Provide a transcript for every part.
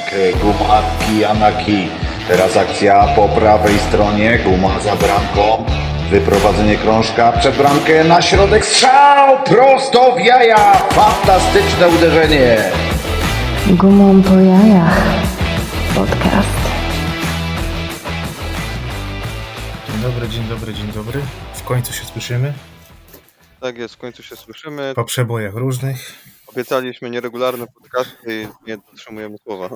Guma Kijanaki. Teraz akcja po prawej stronie, Guma za bramką. Wyprowadzenie krążka przed bramkę, na środek strzał, prosto w jaja. Fantastyczne uderzenie. Gumą po jajach. Podcast. Dzień dobry. W końcu się słyszymy. Tak jest, w końcu się słyszymy. Po przebojach różnych. Obiecaliśmy nieregularne podcasty i nie dotrzymujemy słowa.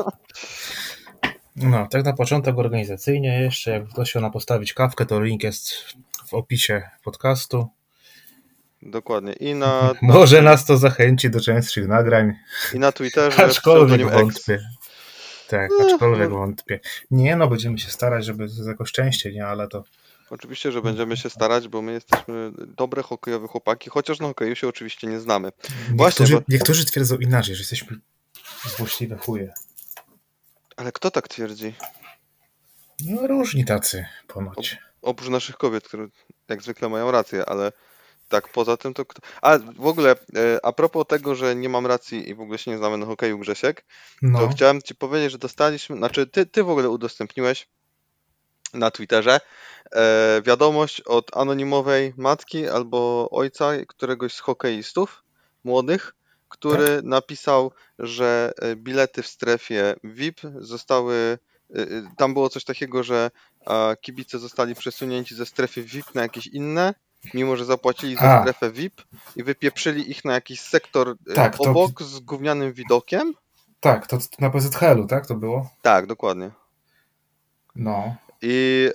No, tak na początek organizacyjnie jeszcze, jak ktoś chciał nam postawić kawkę, to link jest w opisie podcastu. Dokładnie. Może nas to zachęci do częstszych nagrań. I na Twitterze. Aczkolwiek wątpię. Tak, aczkolwiek wątpię. Nie, no będziemy się starać, żeby to jakoś częściej, nie, ale to... Oczywiście, że będziemy się starać, bo my jesteśmy dobre hokejowe chłopaki, chociaż na hokeju się oczywiście nie znamy. Niektórzy twierdzą inaczej, że jesteśmy złośliwe chuje. Ale kto tak twierdzi? No różni tacy ponoć. Oprócz naszych kobiet, które jak zwykle mają rację, ale tak poza tym to... A w ogóle, a propos tego, że nie mam racji i w ogóle się nie znamy na hokeju, Grzesiek, to chciałem ci powiedzieć, że dostaliśmy, znaczy ty w ogóle udostępniłeś na Twitterze wiadomość od anonimowej matki albo ojca któregoś z hokeistów młodych, który napisał, że bilety w strefie VIP zostały, tam było coś takiego, że kibice zostali przesunięci ze strefy VIP na jakieś inne, mimo że zapłacili za strefę VIP i wypieprzyli ich na jakiś sektor obok z gównianym widokiem. Tak, to na PZHL-u, tak to było? Tak, dokładnie. No. I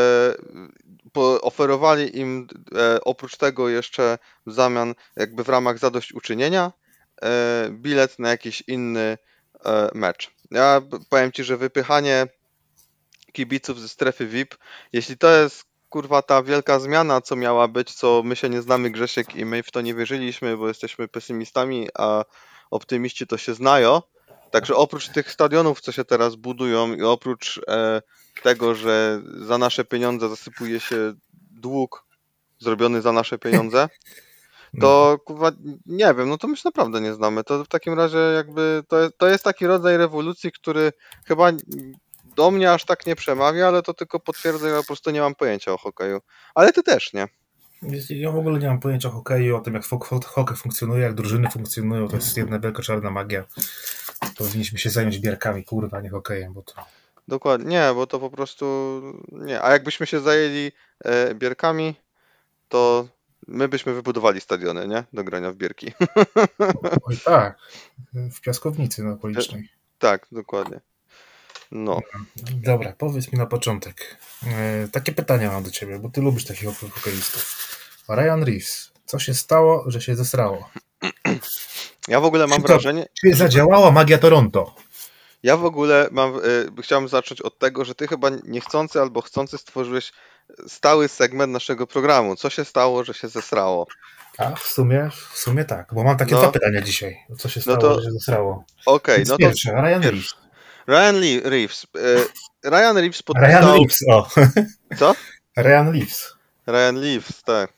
oferowali im oprócz tego jeszcze w zamian, jakby w ramach zadośćuczynienia, bilet na jakiś inny mecz. Ja powiem ci, że wypychanie kibiców ze strefy VIP, jeśli to jest kurwa ta wielka zmiana, co miała być, co my się nie znamy, Grzesiek, i my w to nie wierzyliśmy, bo jesteśmy pesymistami, a optymiści to się znają. Także oprócz tych stadionów, co się teraz budują i oprócz tego, że za nasze pieniądze zasypuje się dług zrobiony za nasze pieniądze, to kurwa, nie wiem, no to my się naprawdę nie znamy. To w takim razie jakby to jest taki rodzaj rewolucji, który chyba do mnie aż tak nie przemawia, ale to tylko potwierdza, ja po prostu nie mam pojęcia o hokeju. Ale ty też nie. Ja w ogóle nie mam pojęcia o hokeju, o tym jak hokej funkcjonuje, jak drużyny funkcjonują, to jest jedna wielka czarna magia. Powinniśmy się zająć bierkami, kurwa, nie hokejem, bo to... Dokładnie, nie, bo to po prostu nie. A jakbyśmy się zajęli bierkami, to my byśmy wybudowali stadiony, nie? Do grania w bierki. Oj tak, w piaskownicy na okolicznej. Tak, dokładnie. No. Dobra, powiedz mi na początek. Takie pytania mam do ciebie, bo ty lubisz takich hokeistów. Ryan Reaves, co się stało, że się zesrało? Ja w ogóle mam wrażenie... Czy zadziałała magia Toronto? Ja w ogóle chciałem zacząć od tego, że ty chyba niechcący albo chcący stworzyłeś stały segment naszego programu. Co się stało, że się zesrało? A w sumie tak, bo mam takie dwa pytania dzisiaj. Co się stało, że się zesrało? Okej, no to pierwsze, Ryan Reaves. Ryan Reaves podpisał... Ryan Reaves, o. Co? Ryan Reaves, tak.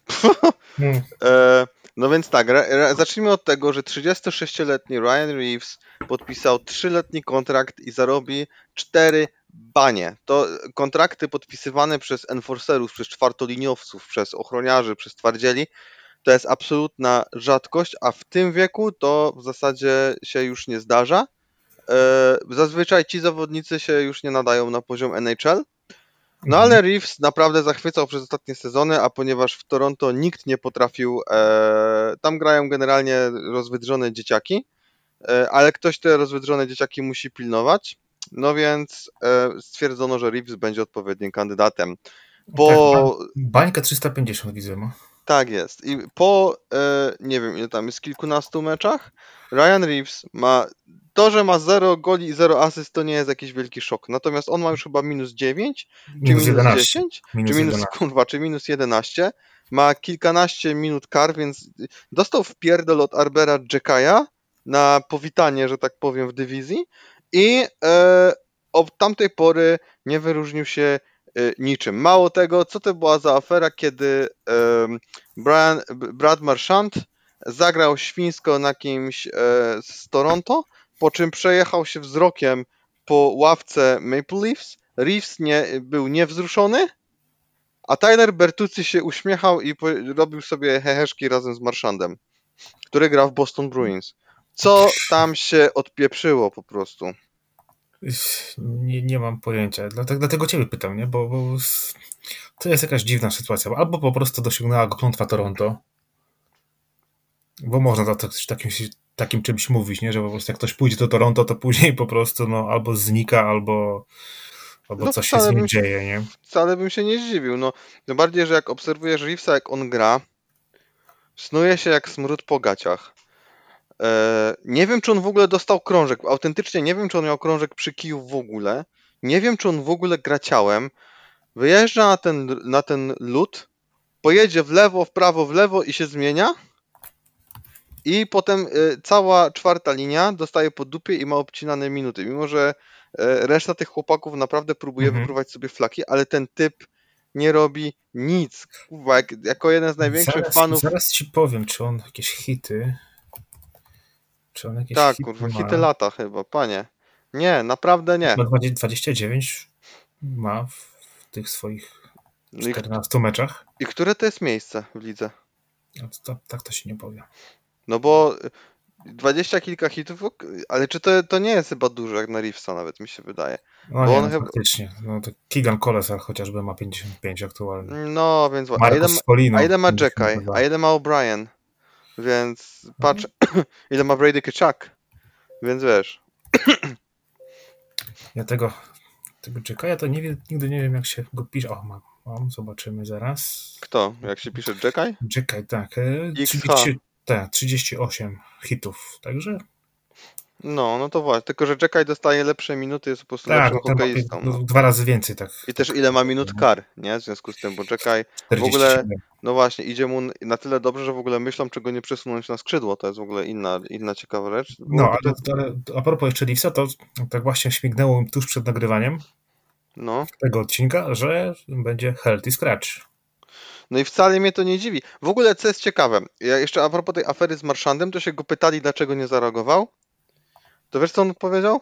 No więc tak, zacznijmy od tego, że 36-letni Ryan Reaves podpisał 3-letni kontrakt i zarobi 4 banie. To kontrakty podpisywane przez enforcerów, przez czwartoliniowców, przez ochroniarzy, przez twardzieli, to jest absolutna rzadkość, a w tym wieku to w zasadzie się już nie zdarza. Zazwyczaj ci zawodnicy się już nie nadają na poziom NHL. No ale Reaves naprawdę zachwycał przez ostatnie sezony, a ponieważ w Toronto nikt nie potrafił, tam grają generalnie rozwydrzone dzieciaki, ale ktoś te rozwydrzone dzieciaki musi pilnować, no więc stwierdzono, że Reaves będzie odpowiednim kandydatem. Bańka 350 widzę, no. Tak jest. I po, nie wiem ile tam jest, kilkunastu meczach, Ryan Reaves ma, to, że ma 0 goli i 0 asyst, to nie jest jakiś wielki szok. Natomiast on ma już chyba minus 9, czy minus 10, czy minus 11. Ma kilkanaście minut kar, więc dostał wpierdol od Arbera Jackaja na powitanie, że tak powiem, w dywizji i od tamtej pory nie wyróżnił się niczym. Mało tego, co to była za afera, kiedy Brad Marchand zagrał świńsko na kimś z Toronto, po czym przejechał się wzrokiem po ławce Maple Leafs. Reeves był niewzruszony, a Tyler Bertuzzi się uśmiechał i robił sobie heheszki razem z Marchandem, który gra w Boston Bruins. Co tam się odpieprzyło po prostu? Nie mam pojęcia. Dlatego ciebie pytam, nie? Bo to jest jakaś dziwna sytuacja. Albo po prostu dosięgnęła go klątwa Toronto, bo można takim czymś mówić, nie? Że po prostu jak ktoś pójdzie do Toronto, to później po prostu albo znika, albo coś się z nim dzieje, nie? Wcale bym się nie zdziwił. No, tym bardziej, że jak obserwujesz Reevesa, jak on gra, snuje się jak smród po gaciach. Nie wiem, czy on w ogóle dostał krążek. Autentycznie nie wiem, czy on miał krążek przy kiju w ogóle. Nie wiem, czy on w ogóle gra ciałem. Wyjeżdża na ten lód, pojedzie w lewo, w lewo i się zmienia. I potem cała czwarta linia dostaje po dupie i ma obcinane minuty. Mimo, że reszta tych chłopaków naprawdę próbuje wypróbować sobie flaki, ale ten typ nie robi nic. Kurwa, jako jeden z największych fanów... Zaraz ci powiem, czy on jakieś hity... Tak, kurwa, hity lata chyba, panie. Nie, naprawdę nie. 29 ma w tych swoich 14 meczach. I które to jest miejsce w lidze? Tak to się nie powie. No bo 20 kilka hitów, ale czy to nie jest chyba dużo, jak na Reevesa nawet mi się wydaje. No bo nie, faktycznie. No to Keegan Kolesar chociażby ma 55 aktualnie. No, więc a ile ma Jackaj, a ile ma O'Brien? Więc patrz, ile ma Brady Tkachuk. Więc wiesz. Ja tego Jackaja to nigdy nie wiem, jak się go pisze. O, mam, zobaczymy zaraz. Kto? Jak się pisze Jackaj? Jackaj, tak. 38 hitów, także... No to właśnie, tylko że Jackaj dostaje lepsze minuty, jest po prostu lepszym hokeistą. No. 2 razy więcej, tak. I też ile ma minut kar, nie? W związku z tym, bo Jackaj w ogóle, no właśnie, idzie mu na tyle dobrze, że w ogóle myślą, czego nie przesunąć na skrzydło, to jest w ogóle inna ciekawa rzecz. No, ale a propos jeszcze Leafsa, to tak właśnie śmignęło tuż przed nagrywaniem tego odcinka, że będzie healthy scratch. No i wcale mnie to nie dziwi. W ogóle, co jest ciekawe, ja jeszcze a propos tej afery z Marchandem, to się go pytali, dlaczego nie zareagował. To wiesz, co on powiedział?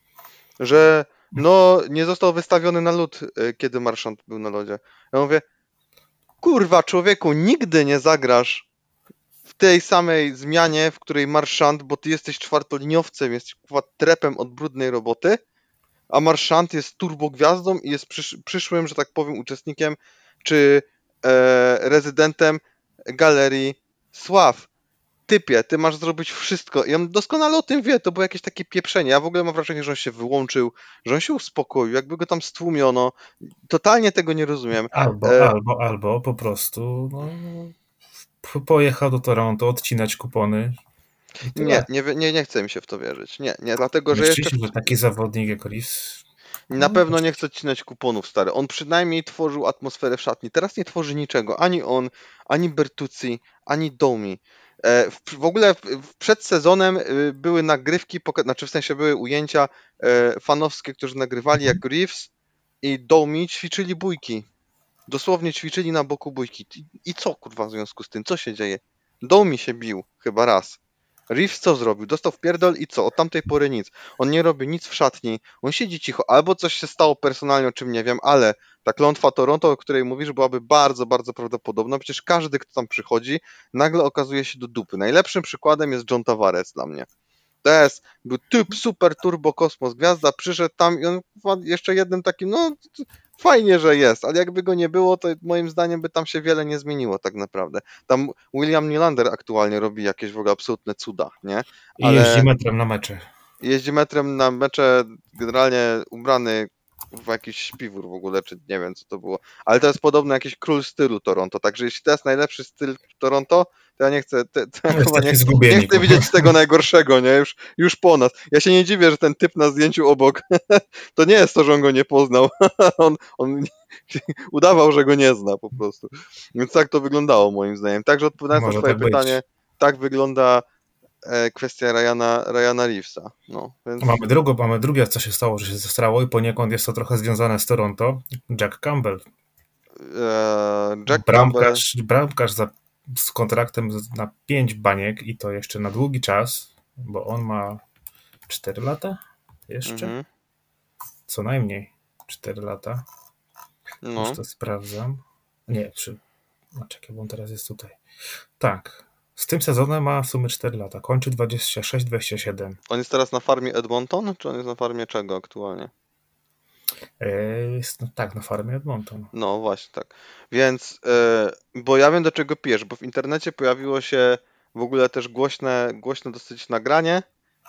Że nie został wystawiony na lód, kiedy Marchand był na lodzie. Ja mówię, kurwa człowieku, nigdy nie zagrasz w tej samej zmianie, w której Marchand, bo ty jesteś czwartoliniowcem, jesteś trepem od brudnej roboty, a Marchand jest turbogwiazdą i jest przyszłym, że tak powiem, uczestnikiem czy rezydentem Galerii Sław. Typie, ty masz zrobić wszystko. I on doskonale o tym wie, to było jakieś takie pieprzenie. Ja w ogóle mam wrażenie, że on się wyłączył, że on się uspokoił, jakby go tam stłumiono. Totalnie tego nie rozumiem. Albo po prostu pojechał do Toronto odcinać kupony. Nie chce mi się w to wierzyć. Nie, dlatego, że jeszcze... że taki zawodnik jak Reeves... Na pewno nie chce odcinać kuponów, stary. On przynajmniej tworzył atmosferę w szatni. Teraz nie tworzy niczego. Ani on, ani Bertuzzi, ani Domi. W ogóle przed sezonem były nagrywki, w sensie były ujęcia fanowskie, którzy nagrywali, jak Reeves i Domi ćwiczyli bójki. Dosłownie ćwiczyli na boku bójki. I co, kurwa, w związku z tym? Co się dzieje? Domi się bił chyba raz. Reeves co zrobił? Dostał wpierdol i co? Od tamtej pory nic. On nie robi nic w szatni, on siedzi cicho, albo coś się stało personalnie, o czym nie wiem, ale ta klątwa Toronto, o której mówisz, byłaby bardzo, bardzo prawdopodobna. Przecież każdy, kto tam przychodzi, nagle okazuje się do dupy. Najlepszym przykładem jest John Tavares dla mnie. Był typ super turbo kosmos gwiazda, przyszedł tam i on jeszcze jednym takim, fajnie, że jest, ale jakby go nie było, to moim zdaniem by tam się wiele nie zmieniło tak naprawdę. Tam William Nylander aktualnie robi jakieś w ogóle absolutne cuda, nie? I jeździ metrem na mecze. Jeździ metrem na mecze, generalnie ubrany w jakiś śpiwór w ogóle, czy nie wiem co to było. Ale to jest podobno jakiś król stylu Toronto, także jeśli to jest najlepszy styl Toronto, to ja nie chcę, nie chcę widzieć tego najgorszego, nie? Już po nas. Ja się nie dziwię, że ten typ na zdjęciu obok, to nie jest to, że on go nie poznał. on udawał, że go nie zna po prostu. Więc tak to wyglądało moim zdaniem. Także odpowiadając na twoje pytanie, tak wygląda kwestia Ryana Reevesa. Więc... Mamy drugie, co się stało, że się zestrało i poniekąd jest to trochę związane z Toronto. Jack Campbell. Bramkarz z kontraktem na 5 baniek i to jeszcze na długi czas, bo on ma 4 lata? Jeszcze? Mhm. Co najmniej 4 lata. No. Już to sprawdzam. Nie, czekaj, bo on teraz jest tutaj. Tak. Z tym sezonem ma w sumie 4 lata. Kończy 26-27. On jest teraz na farmie Edmonton, czy on jest na farmie czego aktualnie? Jest, tak, na farmie Edmonton. No właśnie, tak. Więc, bo ja wiem do czego pijesz, bo w internecie pojawiło się w ogóle też głośne dosyć nagranie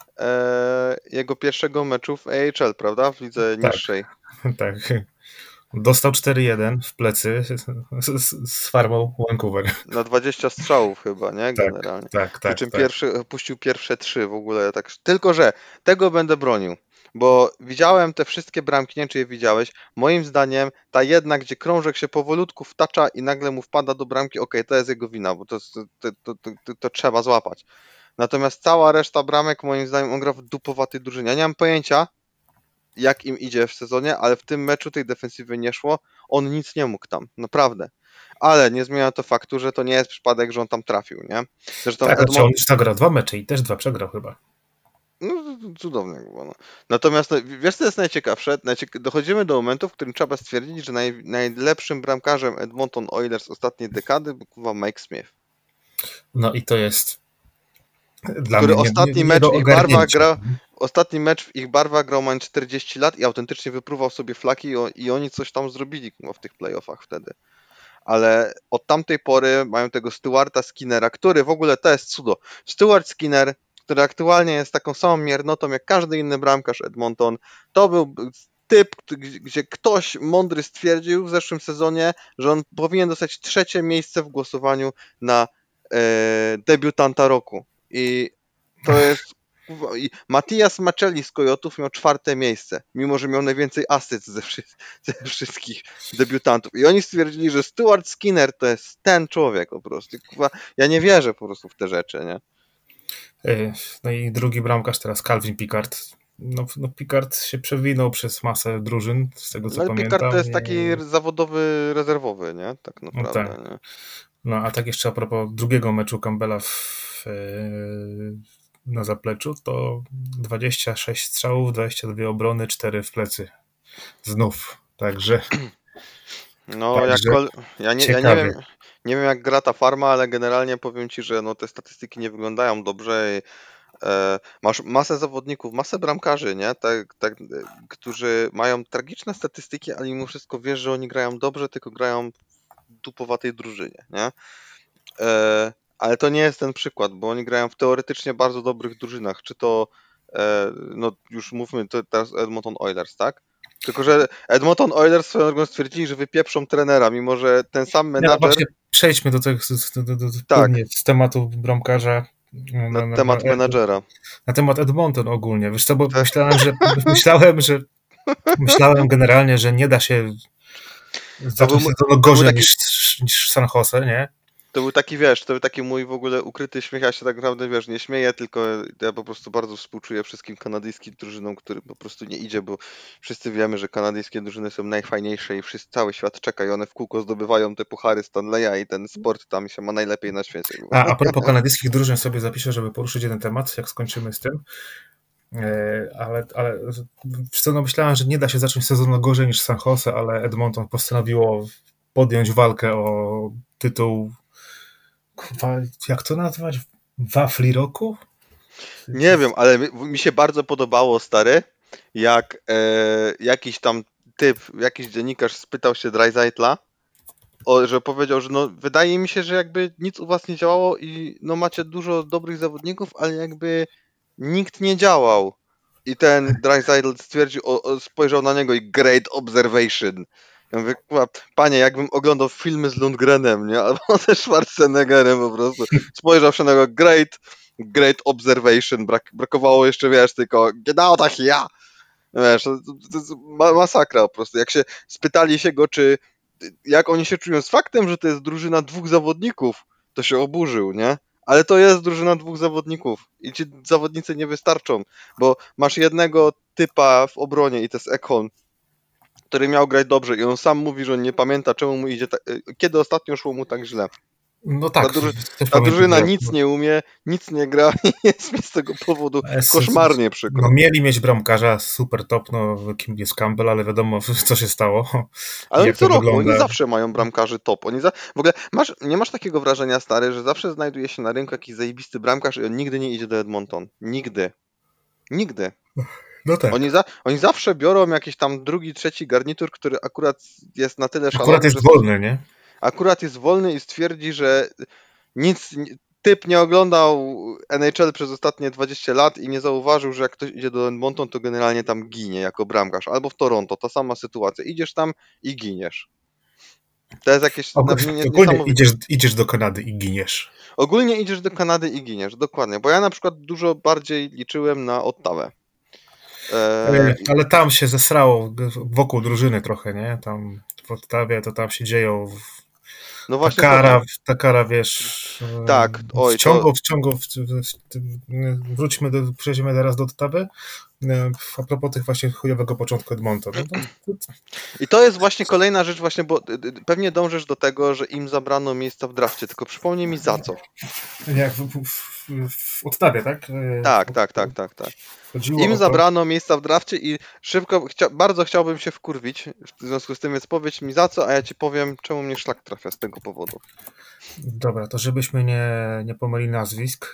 jego pierwszego meczu w AHL, prawda? W lidze Tak. niższej. Tak. Dostał 4-1 w plecy z farmą Vancouver. Na 20 strzałów chyba, nie? Generalnie. Tak. Przy czym puścił pierwsze 3 w ogóle. Tak. Tylko, że tego będę bronił. Bo widziałem te wszystkie bramki, nie wiem czy je widziałeś. Moim zdaniem ta jedna, gdzie krążek się powolutku wtacza i nagle mu wpada do bramki, okej, to jest jego wina, bo to trzeba złapać. Natomiast cała reszta bramek, moim zdaniem, on gra w dupowatej drużynie. Ja nie mam pojęcia, jak im idzie w sezonie, ale w tym meczu tej defensywy nie szło. On nic nie mógł tam, naprawdę. Ale nie zmienia to faktu, że to nie jest przypadek, że on tam trafił, nie? Zresztą Tak, on już zagrał 2 mecze i też 2 przegrał chyba. No, cudownie było. No. Natomiast wiesz, co jest najciekawsze? Dochodzimy do momentu, w którym trzeba stwierdzić, że najlepszym bramkarzem Edmonton Oilers ostatniej dekady był kurwa Mike Smith. No i to jest dla Który mnie ostatni nie mecz do w ich barwach ogarnięcia. grał. Ostatni mecz w ich barwach grał mając 40 lat i autentycznie wypróbował sobie flaki i oni coś tam zrobili w tych playoffach wtedy. Ale od tamtej pory mają tego Stuarta Skinnera, który w ogóle to jest cudo. Stuart Skinner, który aktualnie jest taką samą miernotą jak każdy inny bramkarz Edmonton, to był typ, gdzie ktoś mądry stwierdził w zeszłym sezonie, że on powinien dostać 3. miejsce w głosowaniu na debiutanta roku. I to jest... I Matias Maccelli z Kojotów miał 4. miejsce, mimo że miał najwięcej asyst ze wszystkich debiutantów. I oni stwierdzili, że Stuart Skinner to jest ten człowiek po prostu. Kurwa, ja nie wierzę po prostu w te rzeczy, nie? No i drugi bramkarz teraz Calvin Pickard. No Pickard się przewinął przez masę drużyn, z tego co No ale pamiętam. Pickard to jest taki zawodowy rezerwowy, nie? Tak naprawdę. tak. Nie? No a tak jeszcze a propos drugiego meczu Campbella na zapleczu, to 26 strzałów, 22 obrony, 4 w plecy. Znów. Także. No, Także ja nie ciekawie. wiem jak gra ta farma, ale generalnie powiem ci, że no, te statystyki nie wyglądają dobrze. I, masz masę zawodników, masę bramkarzy, nie? Tak, którzy mają tragiczne statystyki, ale mimo wszystko wiesz, że oni grają dobrze, tylko grają w dupowatej drużynie, nie? Ale to nie jest ten przykład, bo oni grają w teoretycznie bardzo dobrych drużynach. Czy to, no już mówmy, to teraz Edmonton Oilers, tak? Tylko, że Edmonton Oilers swoją drogą stwierdzili, że wypieprzą trenera, mimo że ten sam No menadżer... właśnie, przejdźmy do tego Tak. z tematu bramkarza. Na temat menadżera. Na temat Edmonton ogólnie. Wiesz co, bo myślałem generalnie, że nie da się zacząć sezonu gorzej niż San Jose, nie? To był taki, wiesz, to był taki mój w ogóle ukryty śmiech, ja się tak naprawdę, wiesz, nie śmieję, tylko ja po prostu bardzo współczuję wszystkim kanadyjskim drużynom, którym po prostu nie idzie, bo wszyscy wiemy, że kanadyjskie drużyny są najfajniejsze i cały świat czeka i one w kółko zdobywają te puchary Stanleya i ten sport tam się ma najlepiej na świecie. A propos kanadyjskich drużyn sobie zapiszę, żeby poruszyć jeden temat, jak skończymy z tym. Ale no myślałem, że nie da się zacząć sezonu gorzej niż San Jose, ale Edmonton postanowiło podjąć walkę o tytuł, jak to nazwać? Wafli roku? Nie wiem, ale mi się bardzo podobało, stary, jak jakiś tam typ, jakiś dziennikarz spytał się Draisaitl'a, że powiedział, że no wydaje mi się, że jakby nic u was nie działało i no macie dużo dobrych zawodników, ale jakby nikt nie działał. I ten Draisaitl stwierdził, spojrzał na niego i great observation. Ja mówię, panie, jakbym oglądał filmy z Lundgrenem, nie? Albo ze Schwarzeneggerem po prostu. Spojrzał się na niego, great observation. Brakowało jeszcze, wiesz, tylko get out of here. Wiesz, to jest masakra po prostu. Jak się spytali się go, jak oni się czują z faktem, że to jest drużyna 2 zawodników, to się oburzył, nie? Ale to jest drużyna 2 zawodników i ci zawodnicy nie wystarczą, bo masz jednego typa w obronie i to jest Ekholm, który miał grać dobrze i on sam mówi, że on nie pamięta, czemu mu idzie kiedy ostatnio szło mu tak źle. No tak. Też Ta pamiętam, drużyna że- nic nie umie, nic nie gra i jest mi z tego powodu koszmarnie przykro. No, mieli mieć bramkarza super top, no kim jest Campbell, ale wiadomo co się stało. Ale oni jak co to roku, wygląda. oni zawsze mają bramkarzy top. W ogóle nie masz takiego wrażenia, stary, że zawsze znajduje się na rynku jakiś zajebisty bramkarz i on nigdy nie idzie do Edmonton. Nigdy. Nigdy. No tak. Oni zawsze biorą jakiś tam drugi, trzeci garnitur, który akurat jest na tyle szalony, Akurat jest że wolny, nie? akurat jest wolny i stwierdzi, że typ nie oglądał NHL przez ostatnie 20 lat i nie zauważył, że jak ktoś idzie do Edmonton, to generalnie tam ginie jako bramkarz. Albo w Toronto, ta sama sytuacja. Idziesz tam i giniesz. To jest jakieś Ogólnie niesamowite. idziesz do Kanady i giniesz. Ogólnie idziesz do Kanady i giniesz, dokładnie. Bo ja na przykład dużo bardziej liczyłem na Ottawę. Ale tam się zesrało wokół drużyny trochę, nie? Tam w Ottawie to tam się dzieją. No właśnie, Ta kara, wiesz. Tak, oj, Przejdziemy teraz do Ottawy. A propos tych właśnie chujowego początku Edmonton. I to jest właśnie kolejna rzecz, właśnie, bo pewnie dążysz do tego, że im zabrano miejsca w drafcie, tylko przypomnij mi za co. Jak w Ottawie, tak? Tak. Chodziło Im o to- zabrano miejsca w drafcie i szybko, bardzo chciałbym się wkurwić w związku z tym, więc powiedz mi za co, a ja ci powiem, czemu mnie szlak trafia z tego powodu. Dobra, to żebyśmy nie pomylili nazwisk.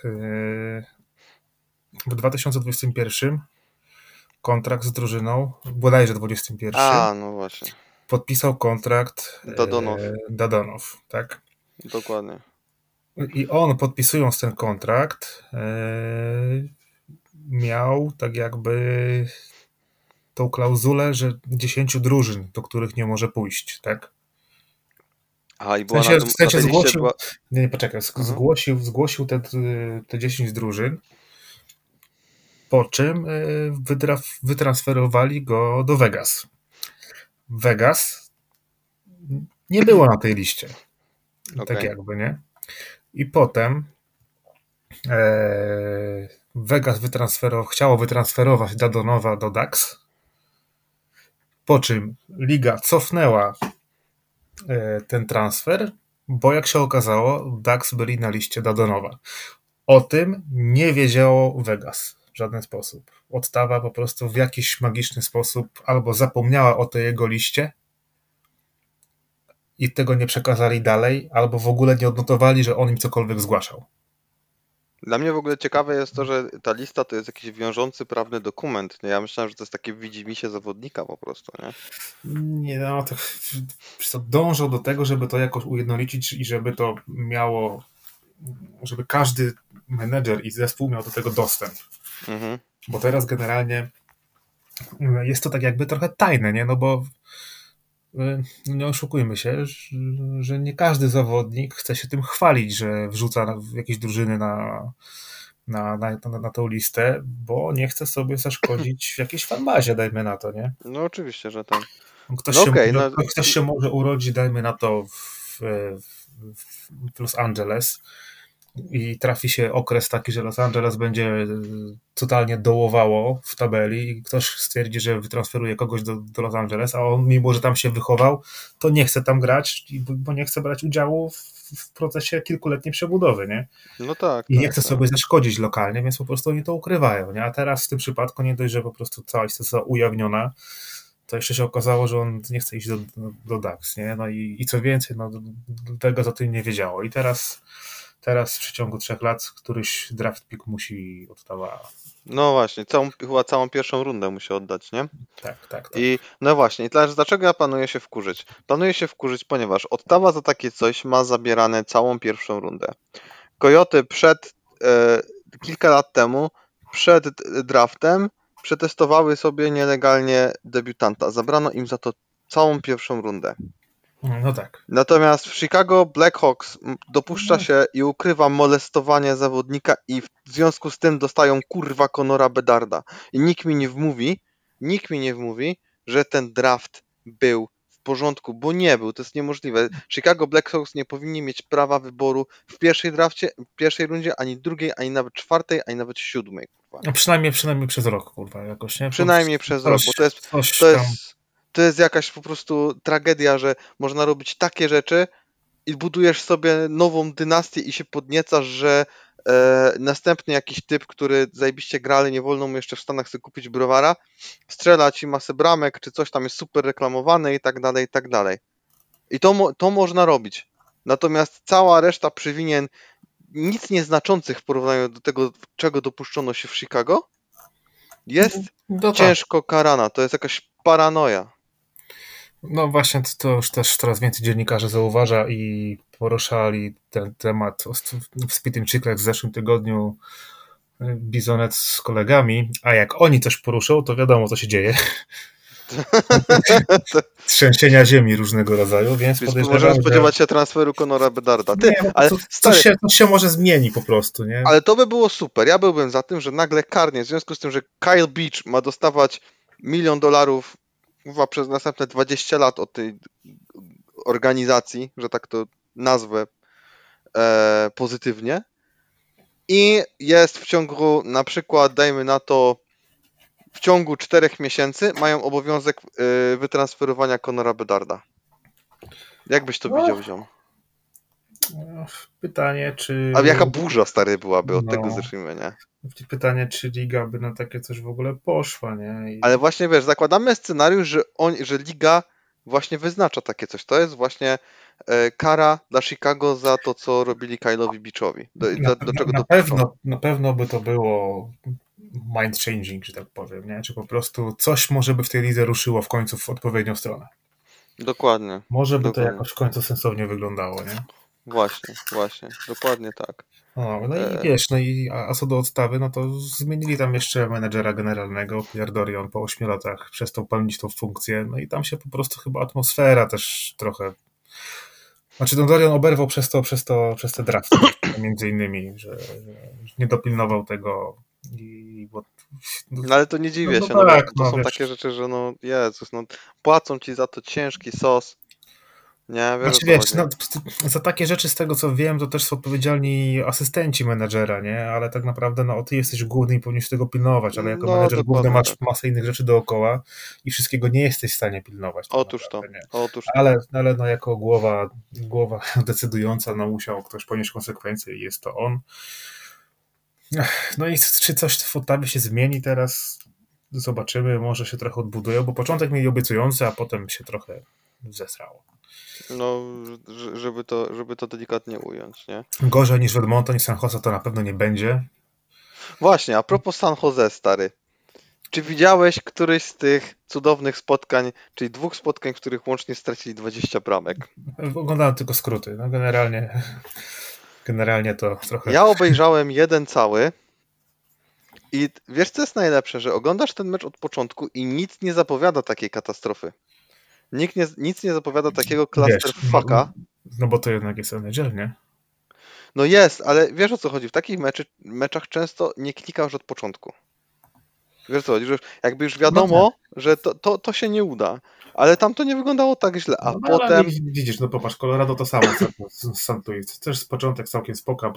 W 2021 kontrakt z drużyną, bodajże 21, A, no właśnie, podpisał kontrakt Dadonov, tak? dokładnie. I on, podpisując ten kontrakt, miał tak jakby tą klauzulę, że 10 drużyn, do których nie może pójść, tak? A, i była W sensie na tej liście zgłosił, była... nie, poczekaj, zgłosił te 10 drużyn, po czym wytransferowali go do Vegas. Vegas nie było na tej liście. Tak Okej. jakby, nie? I potem Vegas chciało wytransferować Dadonowa do Ducks, po czym liga cofnęła ten transfer, bo jak się okazało, Ducks byli na liście Dadonowa. O tym nie wiedziało Vegas w żaden sposób. Ottawa po prostu w jakiś magiczny sposób albo zapomniała o tej jego liście i tego nie przekazali dalej, albo w ogóle nie odnotowali, że on im cokolwiek zgłaszał. Dla mnie w ogóle ciekawe jest to, że ta lista to jest jakiś wiążący prawny dokument. Nie? Ja myślałem, że to jest takie widzimisię zawodnika po prostu, nie? Nie, no to dążą do tego, żeby to jakoś ujednolicić i żeby to miało, żeby każdy menedżer i zespół miał do tego dostęp. Mhm. Bo teraz generalnie jest to tak jakby trochę tajne, nie? No bo nie oszukujmy się, że nie każdy zawodnik chce się tym chwalić, że wrzuca jakieś drużyny na tą listę, bo nie chce sobie zaszkodzić w jakiejś fanbazie, dajmy na to, nie? No oczywiście, że tak. Ktoś się może urodzić, dajmy na to, w Los Angeles i trafi się okres taki, że Los Angeles będzie totalnie dołowało w tabeli i ktoś stwierdzi, że wytransferuje kogoś do Los Angeles, a on, mimo że tam się wychował, to nie chce tam grać, bo nie chce brać udziału w procesie kilkuletniej przebudowy, nie? No tak. I nie chce sobie zaszkodzić lokalnie, więc po prostu oni to ukrywają, nie? A teraz w tym przypadku nie dość, że po prostu cała lista została ujawniona, to jeszcze się okazało, że on nie chce iść do Ducks, nie? No i co więcej, no Vegas o tym nie wiedziało. I teraz w przeciągu 3 lat któryś draft pick musi Ottawa. No właśnie, chyba całą pierwszą rundę musi oddać, nie? Tak. I no właśnie, i teraz dlaczego ja planuję się wkurzyć? Planuję się wkurzyć, ponieważ Ottawa za takie coś ma zabierane całą pierwszą rundę. Coyote kilka lat temu, przed draftem, przetestowały sobie nielegalnie debiutanta. Zabrano im za to całą pierwszą rundę. No tak. Natomiast w Chicago Blackhawks dopuszcza się i ukrywa molestowanie zawodnika i w związku z tym dostają kurwa Conora Bedarda. I nikt mi nie wmówi, że ten draft był w porządku, bo nie był, to jest niemożliwe. Chicago Blackhawks nie powinni mieć prawa wyboru w pierwszej rundzie, ani drugiej, ani nawet czwartej, ani nawet 7. Kurwa. No przynajmniej przez rok, kurwa, jakoś, nie? Przynajmniej przez rok, bo to jest jakaś po prostu tragedia, że można robić takie rzeczy i budujesz sobie nową dynastię i się podniecasz, że następny jakiś typ, który zajebiście gra, ale nie wolno mu jeszcze w Stanach sobie kupić browara, strzela ci masę bramek, czy coś tam jest super reklamowane i tak dalej, i tak dalej. I to można robić. Natomiast cała reszta przywinien nic nieznaczących w porównaniu do tego, czego dopuszczono się w Chicago, jest No ciężko karana. To jest jakaś paranoja. No właśnie, to już też coraz więcej dziennikarzy zauważa i poruszali ten temat w Spitting Chicklets w zeszłym tygodniu Bizonet z kolegami, a jak oni coś poruszą, to wiadomo, co się dzieje. Trzęsienia ziemi różnego rodzaju, więc podejrzewam, możemy spodziewać się transferu Conora Bedarda. Ale coś się może zmieni po prostu, nie? Ale to by było super. Ja byłbym za tym, że nagle karnie, w związku z tym, że Kyle Beach ma dostawać $1 milion chyba przez następne 20 lat od tej organizacji, że tak to nazwę pozytywnie, i jest w ciągu, na przykład, dajmy na to, w ciągu 4 miesięcy mają obowiązek wytransferowania Conora Bedarda. Jak byś to widział, ziom? Pytanie, czy... A jaka burza, stary, byłaby od No. tego zacznijmy, nie? Pytanie, czy liga by na takie coś w ogóle poszła, nie? Ale właśnie, wiesz, zakładamy scenariusz, że liga właśnie wyznacza takie coś. To jest właśnie kara dla Chicago za to, co robili Kyle'owi Beachowi. Do czego na pewno by to było mind changing, że tak powiem, nie? Czy po prostu coś może by w tej lidze ruszyło w końcu w odpowiednią stronę. Dokładnie. Może by Dokładnie. to jakoś w końcu sensownie wyglądało, nie? Właśnie. Dokładnie tak. No i wiesz, a co do odstawy, no to zmienili tam jeszcze menedżera generalnego, Pierre Dorion, po 8 latach przestał pełnić tą funkcję, no i tam się po prostu chyba atmosfera też trochę... Znaczy, Dorion oberwał przez te drafty, między innymi, że nie dopilnował tego No ale to nie dziwię się, tak, to są wiesz. takie rzeczy, że Jezus, płacą ci za to ciężki sos. Nie, Znaczy, wiesz, za takie rzeczy, z tego co wiem, to też są odpowiedzialni asystenci menedżera, nie? Ale tak naprawdę, ty jesteś główny i powinieneś tego pilnować, ale jako menedżer główny masz masę innych rzeczy dookoła i wszystkiego nie jesteś w stanie pilnować. Otóż to. Ale jako głowa decydująca, musiał ktoś ponieść konsekwencje i jest to on. No i czy coś w Ottawie się zmieni teraz? Zobaczymy, może się trochę odbudują, bo początek mieli obiecujący, a potem się trochę zesrało. No, żeby to delikatnie ująć, nie? Gorzej niż w Edmonton i San Jose to na pewno nie będzie. Właśnie, a propos San Jose, stary. Czy widziałeś któryś z tych cudownych spotkań, czyli 2 spotkań, w których łącznie stracili 20 bramek? Oglądałem tylko skróty. No generalnie to trochę... Ja obejrzałem jeden cały i wiesz, co jest najlepsze, że oglądasz ten mecz od początku i nic nie zapowiada takiej katastrofy. Nic nie zapowiada takiego clusterfucka. No bo to jednak jest NHL, nie? No jest, ale wiesz, o co chodzi. W takich meczach często nie klikasz od początku. Wiesz, o co chodzi, że jakby już wiadomo, że to się nie uda. Ale tam to nie wyglądało tak źle, a potem... Ale widzisz, popatrz, Colorado to samo z St. Louis. Też z początek całkiem spoko, a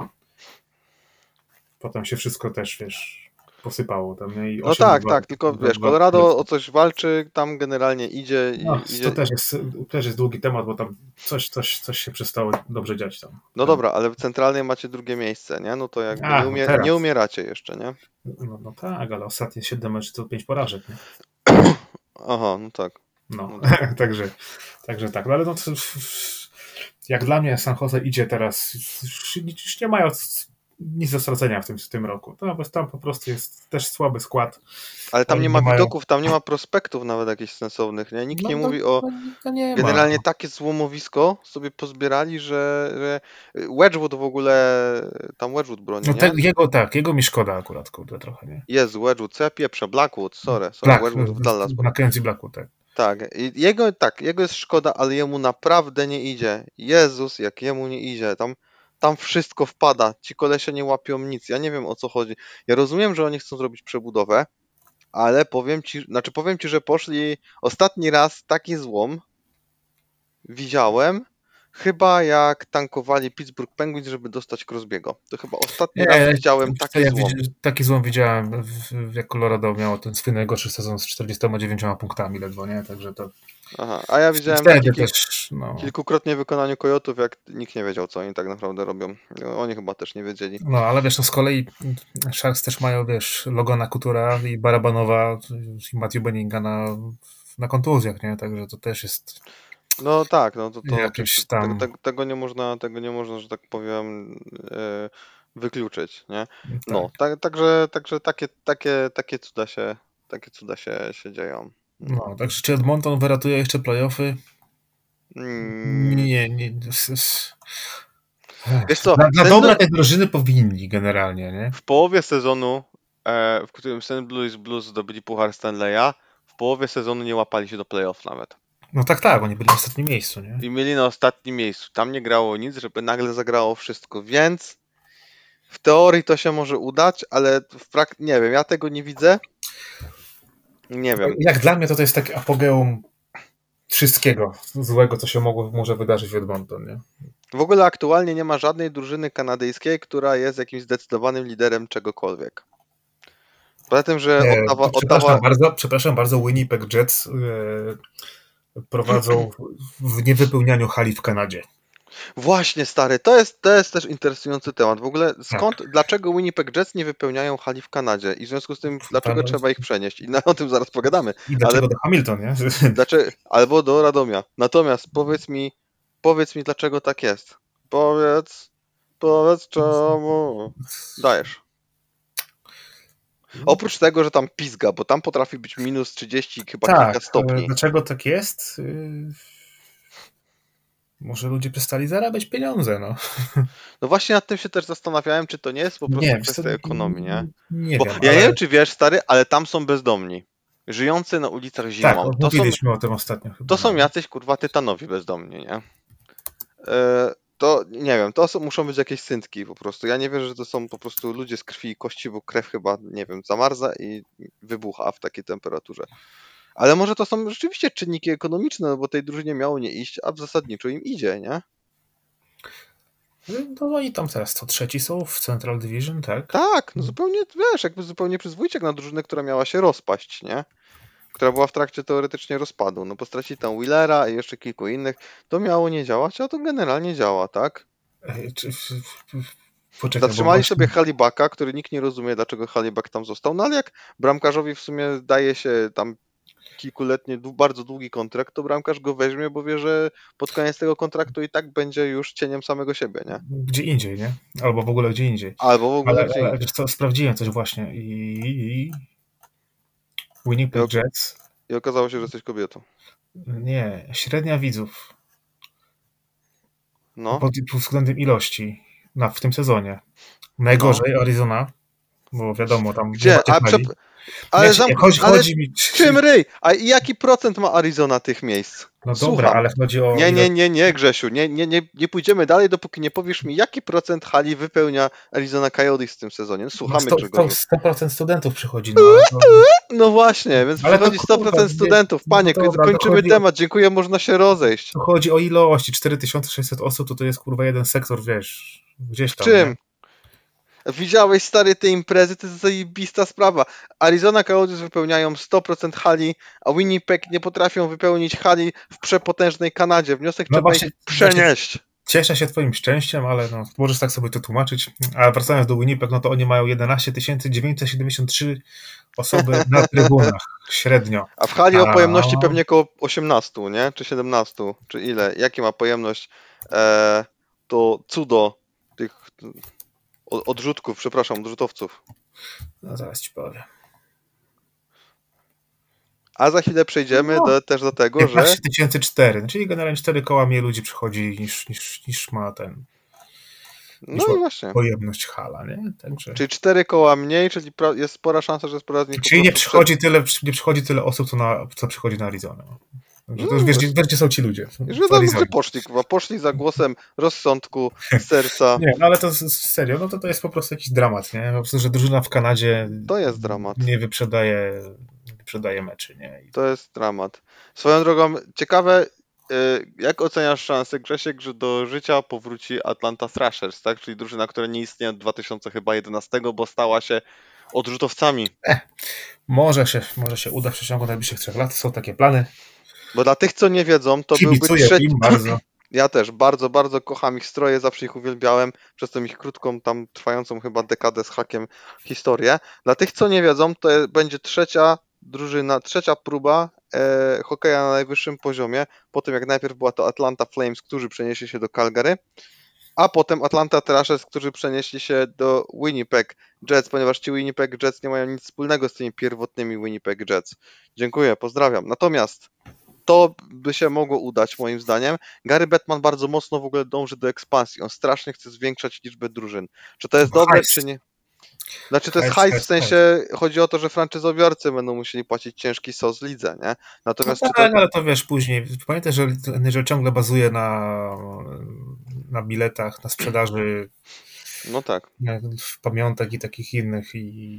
potem się wszystko też, wiesz, posypało tam, nie? I no tak, tylko wiesz, Colorado o coś walczy, tam generalnie idzie. To też jest długi temat, bo tam coś się przestało dobrze dziać tam. No dobra, ale w centralnej macie 2 miejsce, nie? No to jakby nie umieracie jeszcze, nie? No tak, ale ostatnie 7 meczy to 5 porażek, nie? Aha, no tak. No, także tak. No, ale jak dla mnie San Jose idzie teraz, już nie mają nic do stracenia w tym roku. Tam po prostu jest też słaby skład. Ale tam nie ma widoków, tam nie ma prospektów nawet jakichś sensownych, nie? Nikt nie mówi o... Nie generalnie takie złomowisko sobie pozbierali, że Wedgwood w ogóle... Tam Wedgwood broni, nie? Jego mi szkoda akurat, kurde, trochę, nie? Jest Wedgwood, co ja pieprzę? Blackwood, sorry, Wedgwood w Dallas. Mackenzie Blackwood, tak. Tak, jego jest szkoda, ale jemu naprawdę nie idzie. Jezus, jak jemu nie idzie. Tam wszystko wpada. Ci kolesie nie łapią nic. Ja nie wiem, o co chodzi. Ja rozumiem, że oni chcą zrobić przebudowę, ale powiem ci, że poszli ostatni raz taki złom widziałem, chyba jak tankowali Pittsburgh Penguins, żeby dostać Crosby'ego. To chyba ostatni raz widziałem taki złom. Taki złom widziałem, jak Colorado miało ten swój najgorszy sezon z 49 punktami ledwo, nie? Także to... Aha, a ja widziałem wtedy też też, no. Kilkukrotnie w wykonaniu Kojotów, jak nikt nie wiedział, co oni tak naprawdę robią. Oni chyba też nie wiedzieli. No, ale wiesz, no z kolei Sharks też mają, wiesz, Logana Coutura i Barabanowa i Matthew Benninga na kontuzjach, nie? Także to też jest No tak, no to jakieś tam... tego nie można, że tak powiem, wykluczyć, nie? No, także takie cuda się dzieją. No, także czy Edmonton wyratuje jeszcze playoffy? Nie. Wiesz co, Dla dobra tej drużyny powinni generalnie, nie? w połowie sezonu, w którym St. Louis Blues zdobyli puchar Stanleya, w połowie sezonu nie łapali się do playoff nawet. No tak, oni byli w ostatnim miejscu, nie? I mieli na ostatnim miejscu. Tam nie grało nic, żeby nagle zagrało wszystko, więc w teorii to się może udać, ale nie wiem, ja tego nie widzę. Nie wiem. Jak dla mnie to jest takie apogeum wszystkiego złego, co się może wydarzyć w Edmonton, nie? W ogóle aktualnie nie ma żadnej drużyny kanadyjskiej, która jest jakimś zdecydowanym liderem czegokolwiek. Poza tym, że Przepraszam bardzo, Winnipeg Jets prowadzą w niewypełnianiu hali w Kanadzie. Właśnie, stary, to jest też interesujący temat. W ogóle dlaczego Winnipeg Jets nie wypełniają hali w Kanadzie i w związku z tym, dlaczego trzeba ich przenieść? I o tym zaraz pogadamy. I dlaczego do Hamilton, nie? Albo do Radomia. Natomiast powiedz mi, dlaczego tak jest. Powiedz czemu. Dajesz. Oprócz tego, że tam pizga, bo tam potrafi być minus 30 chyba kilka stopni. Dlaczego tak jest? Może ludzie przestali zarabiać pieniądze, no. No właśnie nad tym się też zastanawiałem, czy to nie jest po prostu kwestia ekonomii, nie? Nie bo wiem, ja nie wiem, czy wiesz, stary, ale tam są bezdomni. Żyjący na ulicach zimą. Tak, mówiliśmy o tym ostatnio chyba. To są jacyś, kurwa, tytanowi bezdomni, nie? To, nie wiem, muszą być jakieś syntki po prostu. Ja nie wierzę, że to są po prostu ludzie z krwi i kości, bo krew chyba, nie wiem, zamarza i wybucha w takiej temperaturze. Ale może to są rzeczywiście czynniki ekonomiczne, no bo tej drużynie miało nie iść, a zasadniczo im idzie, nie? No i tam teraz to trzeci są w Central Division, tak? Tak, no zupełnie, wiesz, jakby zupełnie przyzwoicie na drużynę, która miała się rozpaść, nie? Która była w trakcie teoretycznie rozpadu. No bo stracili tam Wheelera i jeszcze kilku innych. To miało nie działać, a to generalnie działa, tak? Poczekaj, zatrzymali sobie Halibaka, który nikt nie rozumie, dlaczego Halibak tam został, no ale jak bramkarzowi w sumie daje się tam kilkuletni, bardzo długi kontrakt, to bramkarz go weźmie, bo wie, że pod koniec tego kontraktu i tak będzie już cieniem samego siebie, nie? Gdzie indziej, nie? Albo w ogóle gdzie indziej. Ale wiesz co, sprawdziłem coś właśnie i Winnipeg Jets. I okazało się, że jesteś kobietą. Nie, średnia widzów. No. Pod względem ilości w tym sezonie. Najgorzej Arizona, bo wiadomo, tam... Gdzie? Chodzi mi... Czym ryj? A jaki procent ma Arizona tych miejsc? No dobra, ale chodzi o... Nie, Grzesiu, nie pójdziemy dalej, dopóki nie powiesz mi, jaki procent hali wypełnia Arizona Coyotes w tym sezonie. No, słuchamy, Grzegorzu. 100% studentów przychodzi. No właśnie, więc przychodzi 100% studentów. Panie, kończymy temat, dziękuję, można się rozejść. Tu chodzi o ilości, 4600 osób, to jest kurwa jeden sektor, wiesz, gdzieś tam. W czym? Nie? Widziałeś, stary, te imprezy, to jest zajebista sprawa. Arizona Coyotes wypełniają 100% hali, a Winnipeg nie potrafią wypełnić hali w przepotężnej Kanadzie. Wniosek trzeba ich przenieść. Cieszę się twoim szczęściem, ale no, możesz tak sobie to tłumaczyć. A wracając do Winnipeg, no to oni mają 11 973 osoby na trybunach średnio. A w hali o pojemności pewnie około 18, nie? Czy 17, czy ile? Jakie ma pojemność to cudo tych... odrzutowców. No zaraz ci powiem. A za chwilę przejdziemy też do tego, 15 004, czyli generalnie 4 koła mniej ludzi przychodzi niż ma ten... No i właśnie. Pojemność hala, nie? Także... Czyli 4 koła mniej, czyli jest spora szansa, że spora z nich... Czyli nie przychodzi tyle osób, co przychodzi na Arizonę. Także to już wiesz, gdzie są ci ludzie. Już wiadomo, gdzie poszli za głosem rozsądku, serca. Nie, no ale to serio, no to jest po prostu jakiś dramat, nie? Po prostu, że drużyna w Kanadzie to jest dramat. Nie wyprzedaje meczy, nie? To jest dramat. Swoją drogą, ciekawe, jak oceniasz szansę, Grzesiek, że do życia powróci Atlanta Thrashers, tak? Czyli drużyna, która nie istnieje od 2011, bo stała się odrzutowcami. Może się uda w przeciągu najbliższych 3 lat, są takie plany. Bo dla tych, co nie wiedzą, to byłby Kibicuję trzeci... im bardzo. Ja też bardzo, bardzo kocham ich stroje, zawsze ich uwielbiałem, przez tą ich krótką, tam trwającą chyba dekadę z hakiem historię. Dla tych, co nie wiedzą, to będzie trzecia drużyna, trzecia próba hokeja na najwyższym poziomie, po tym jak najpierw była to Atlanta Flames, którzy przenieśli się do Calgary, a potem Atlanta Thrashers, którzy przenieśli się do Winnipeg Jets, ponieważ ci Winnipeg Jets nie mają nic wspólnego z tymi pierwotnymi Winnipeg Jets. Dziękuję, pozdrawiam. Natomiast to by się mogło udać, moim zdaniem. Gary Bettman bardzo mocno w ogóle dąży do ekspansji. On strasznie chce zwiększać liczbę drużyn. Czy to jest dobre, Hajs. czy nie? Znaczy to jest Hajs, hajs, w hajs, sensie chodzi o to, że franczyzobiorcy będą musieli płacić ciężki sos lidze, nie? Natomiast No czy tak, to... ale to wiesz później. Pamiętaj, że ciągle bazuje na biletach, na sprzedaży No tak. pamiątek i takich innych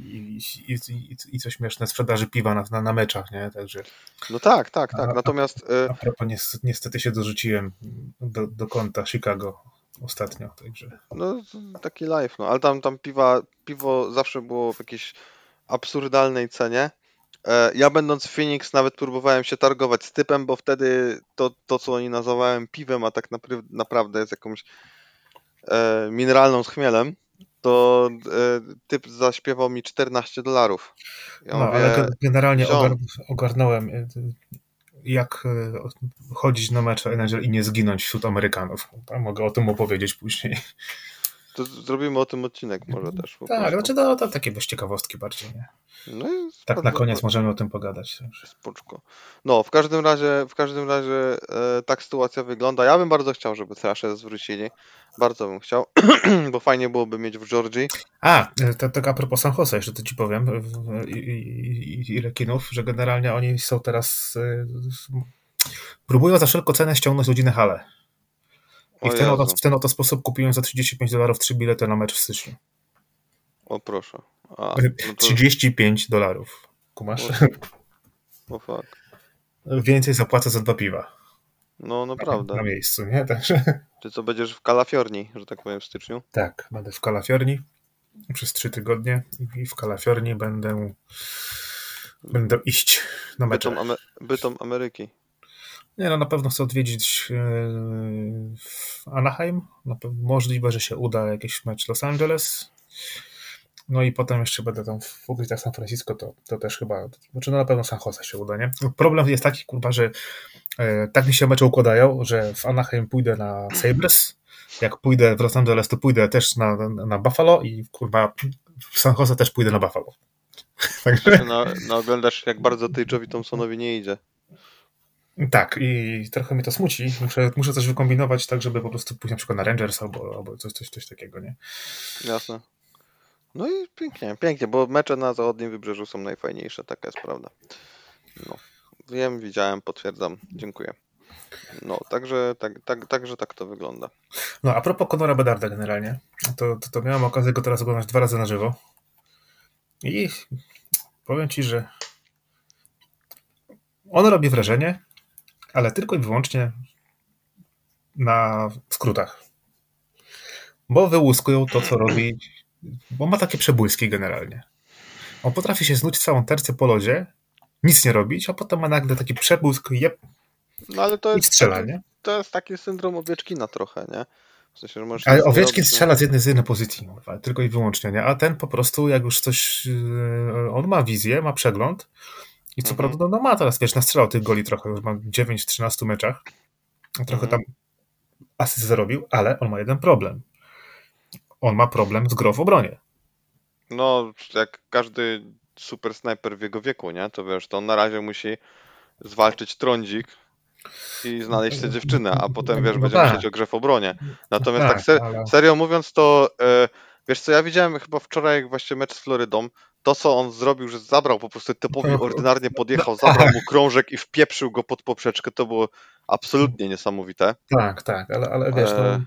i co śmieszne, sprzedaży piwa na meczach, nie? Także No tak. Natomiast a propos niestety się dorzuciłem do konta Chicago ostatnio, także no taki live, no. Ale tam piwo zawsze było w jakiejś absurdalnej cenie. Ja będąc w Phoenix nawet próbowałem się targować z typem, bo wtedy to co oni nazywałem piwem, a tak naprawdę jest jakąś mineralną z chmielem, to typ zaśpiewał mi $14. Ja no, mówię, ale generalnie ziom. ogarnąłem jak chodzić na mecze NHL i nie zginąć wśród Amerykanów. Mogę o tym opowiedzieć później. To zrobimy o tym odcinek może też. Po Tak, prostu. znaczy to takie bez ciekawostki bardziej, nie? No i Tak na koniec możemy o tym pogadać. Spoczko. No, w każdym razie tak sytuacja wygląda. Ja bym bardzo chciał, żeby Thrashers zwrócili. Bardzo bym chciał, bo fajnie byłoby mieć w Georgii. Tak a propos San Jose, jeszcze to ci powiem i rekinów, że generalnie oni są teraz próbują za wszelką cenę ściągnąć ludzi na halę. I w ten oto sposób kupiłem za $35 3 bilety na mecz w styczniu. O proszę. $35. Kumasz? O fuck. Więcej zapłacę za 2 piwa. No naprawdę. Na miejscu, nie? Także... Ty co, będziesz w Kalifornii, że tak powiem, w styczniu? Tak, będę w Kalifornii przez 3 tygodnie i w Kalifornii będę iść na mecze. Bytom Ameryki. Nie, no na pewno chcę odwiedzić w Anaheim. Możliwe, że się uda jakiś mecz Los Angeles. No i potem jeszcze będę tam w okolicach San Francisco, to też chyba, znaczy no na pewno San Jose się uda, nie? Problem jest taki, kurwa, że tak mi się mecze układają, że w Anaheim pójdę na Sabres, jak pójdę w Los Angeles, to pójdę też na Buffalo i kurwa w San Jose też pójdę na Buffalo. Także... Oglądasz, jak bardzo Tage'owi Thompsonowi nie idzie. Tak, i trochę mnie to smuci. Muszę coś wykombinować tak, żeby po prostu pójść na przykład na Rangers albo coś takiego, nie? Jasne. No i pięknie, bo mecze na zachodnim wybrzeżu są najfajniejsze, taka jest prawda. No, wiem, widziałem, potwierdzam, dziękuję. No, także tak to wygląda. No, a propos Conora Bedarda generalnie, to miałem okazję go teraz oglądać 2 razy na żywo i powiem ci, że on robi wrażenie, ale tylko i wyłącznie na skrótach. Bo wyłuskują to, co robi, bo ma takie przebłyski generalnie. On potrafi się znuć całą tercję po lodzie, nic nie robić, a potem ma nagle taki przebłysk, no, ale to i jest strzela, nie? To jest taki syndrom Owieczkina trochę, nie? W sensie, że ale Owieczkin strzela z jednej pozycji, tylko i wyłącznie, nie? A ten po prostu, jak już coś, on ma wizję, ma przegląd i co prawda, no ma teraz, wiesz, nastrzelał tych goli trochę, już ma 9 w 13 meczach, trochę tam asyst zarobił, ale on ma jeden problem. On ma problem z grą w obronie. No, jak każdy super snajper w jego wieku, nie? To wiesz, to on na razie musi zwalczyć trądzik i znaleźć tę dziewczynę, a potem, wiesz, będzie myśleć o grze w obronie. Natomiast serio mówiąc, to wiesz co, ja widziałem chyba wczoraj, jak właśnie mecz z Florydą, to co on zrobił, że zabrał po prostu typowi ordynarnie podjechał, zabrał mu krążek i wpieprzył go pod poprzeczkę, to było absolutnie niesamowite. Tak, ale wiesz, no,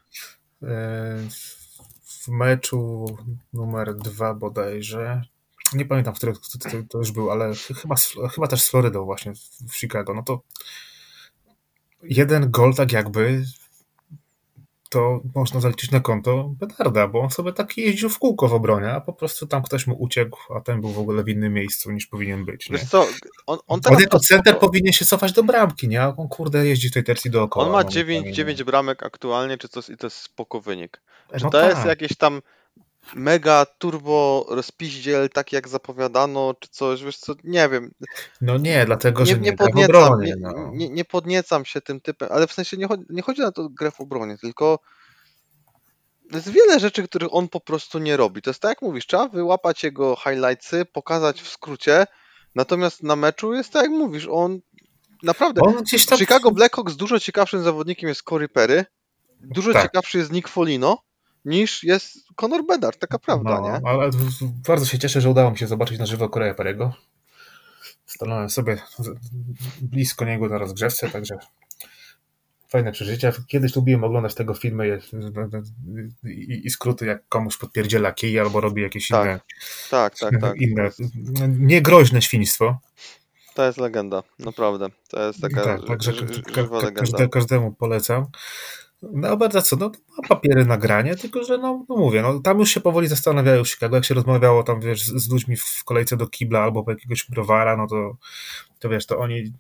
w meczu numer 2 bodajże, nie pamiętam, który to już był, ale chyba też z Florydą właśnie w Chicago, no to jeden gol tak jakby to można zaliczyć na konto Bedarda, bo on sobie tak jeździł w kółko w obronie, a po prostu tam ktoś mu uciekł, a ten był w ogóle w innym miejscu niż powinien być. Nie? Wiesz co, on On teraz jako to center spoko. powinien się cofać do bramki, nie? A on kurde jeździ w tej tercji dookoła. On ma momentami, 9 bramek aktualnie, czy coś, i to jest spoko wynik. Czy no to jest tak. jakieś tam mega turbo rozpiździel, tak jak zapowiadano, czy coś, wiesz co, nie wiem. No nie, dlatego, że nie gra w podniecam, obronie. No. nie podniecam się tym typem, ale w sensie nie chodzi na to grę w obronie, tylko jest wiele rzeczy, których on po prostu nie robi. To jest tak jak mówisz, trzeba wyłapać jego highlightsy, pokazać w skrócie, natomiast na meczu jest tak jak mówisz, on naprawdę, On gdzieś tam... Chicago Blackhawks dużo ciekawszym zawodnikiem jest Corey Perry, dużo Tak. ciekawszy jest Nick Foligno, niż jest Connor Bedard, taka prawda, nie? Ale bardzo się cieszę, że udało mi się zobaczyć na żywo Corey'a Perry'ego. Stanąłem sobie blisko niego na rozgrzewce, także fajne przeżycia. Kiedyś lubiłem oglądać tego filmy i skróty, jak komuś podpierdziela kij albo robi jakieś Tak. inne niegroźne świństwo. To jest legenda, naprawdę. To jest taka Tak, także żywa legenda. każdemu polecam. No bardzo co, no ma papiery nagranie, tylko że no mówię, no tam już się powoli zastanawiają Chicago, jak się rozmawiało tam, wiesz, z ludźmi w kolejce do kibla albo po jakiegoś browara, no to wiesz, to oni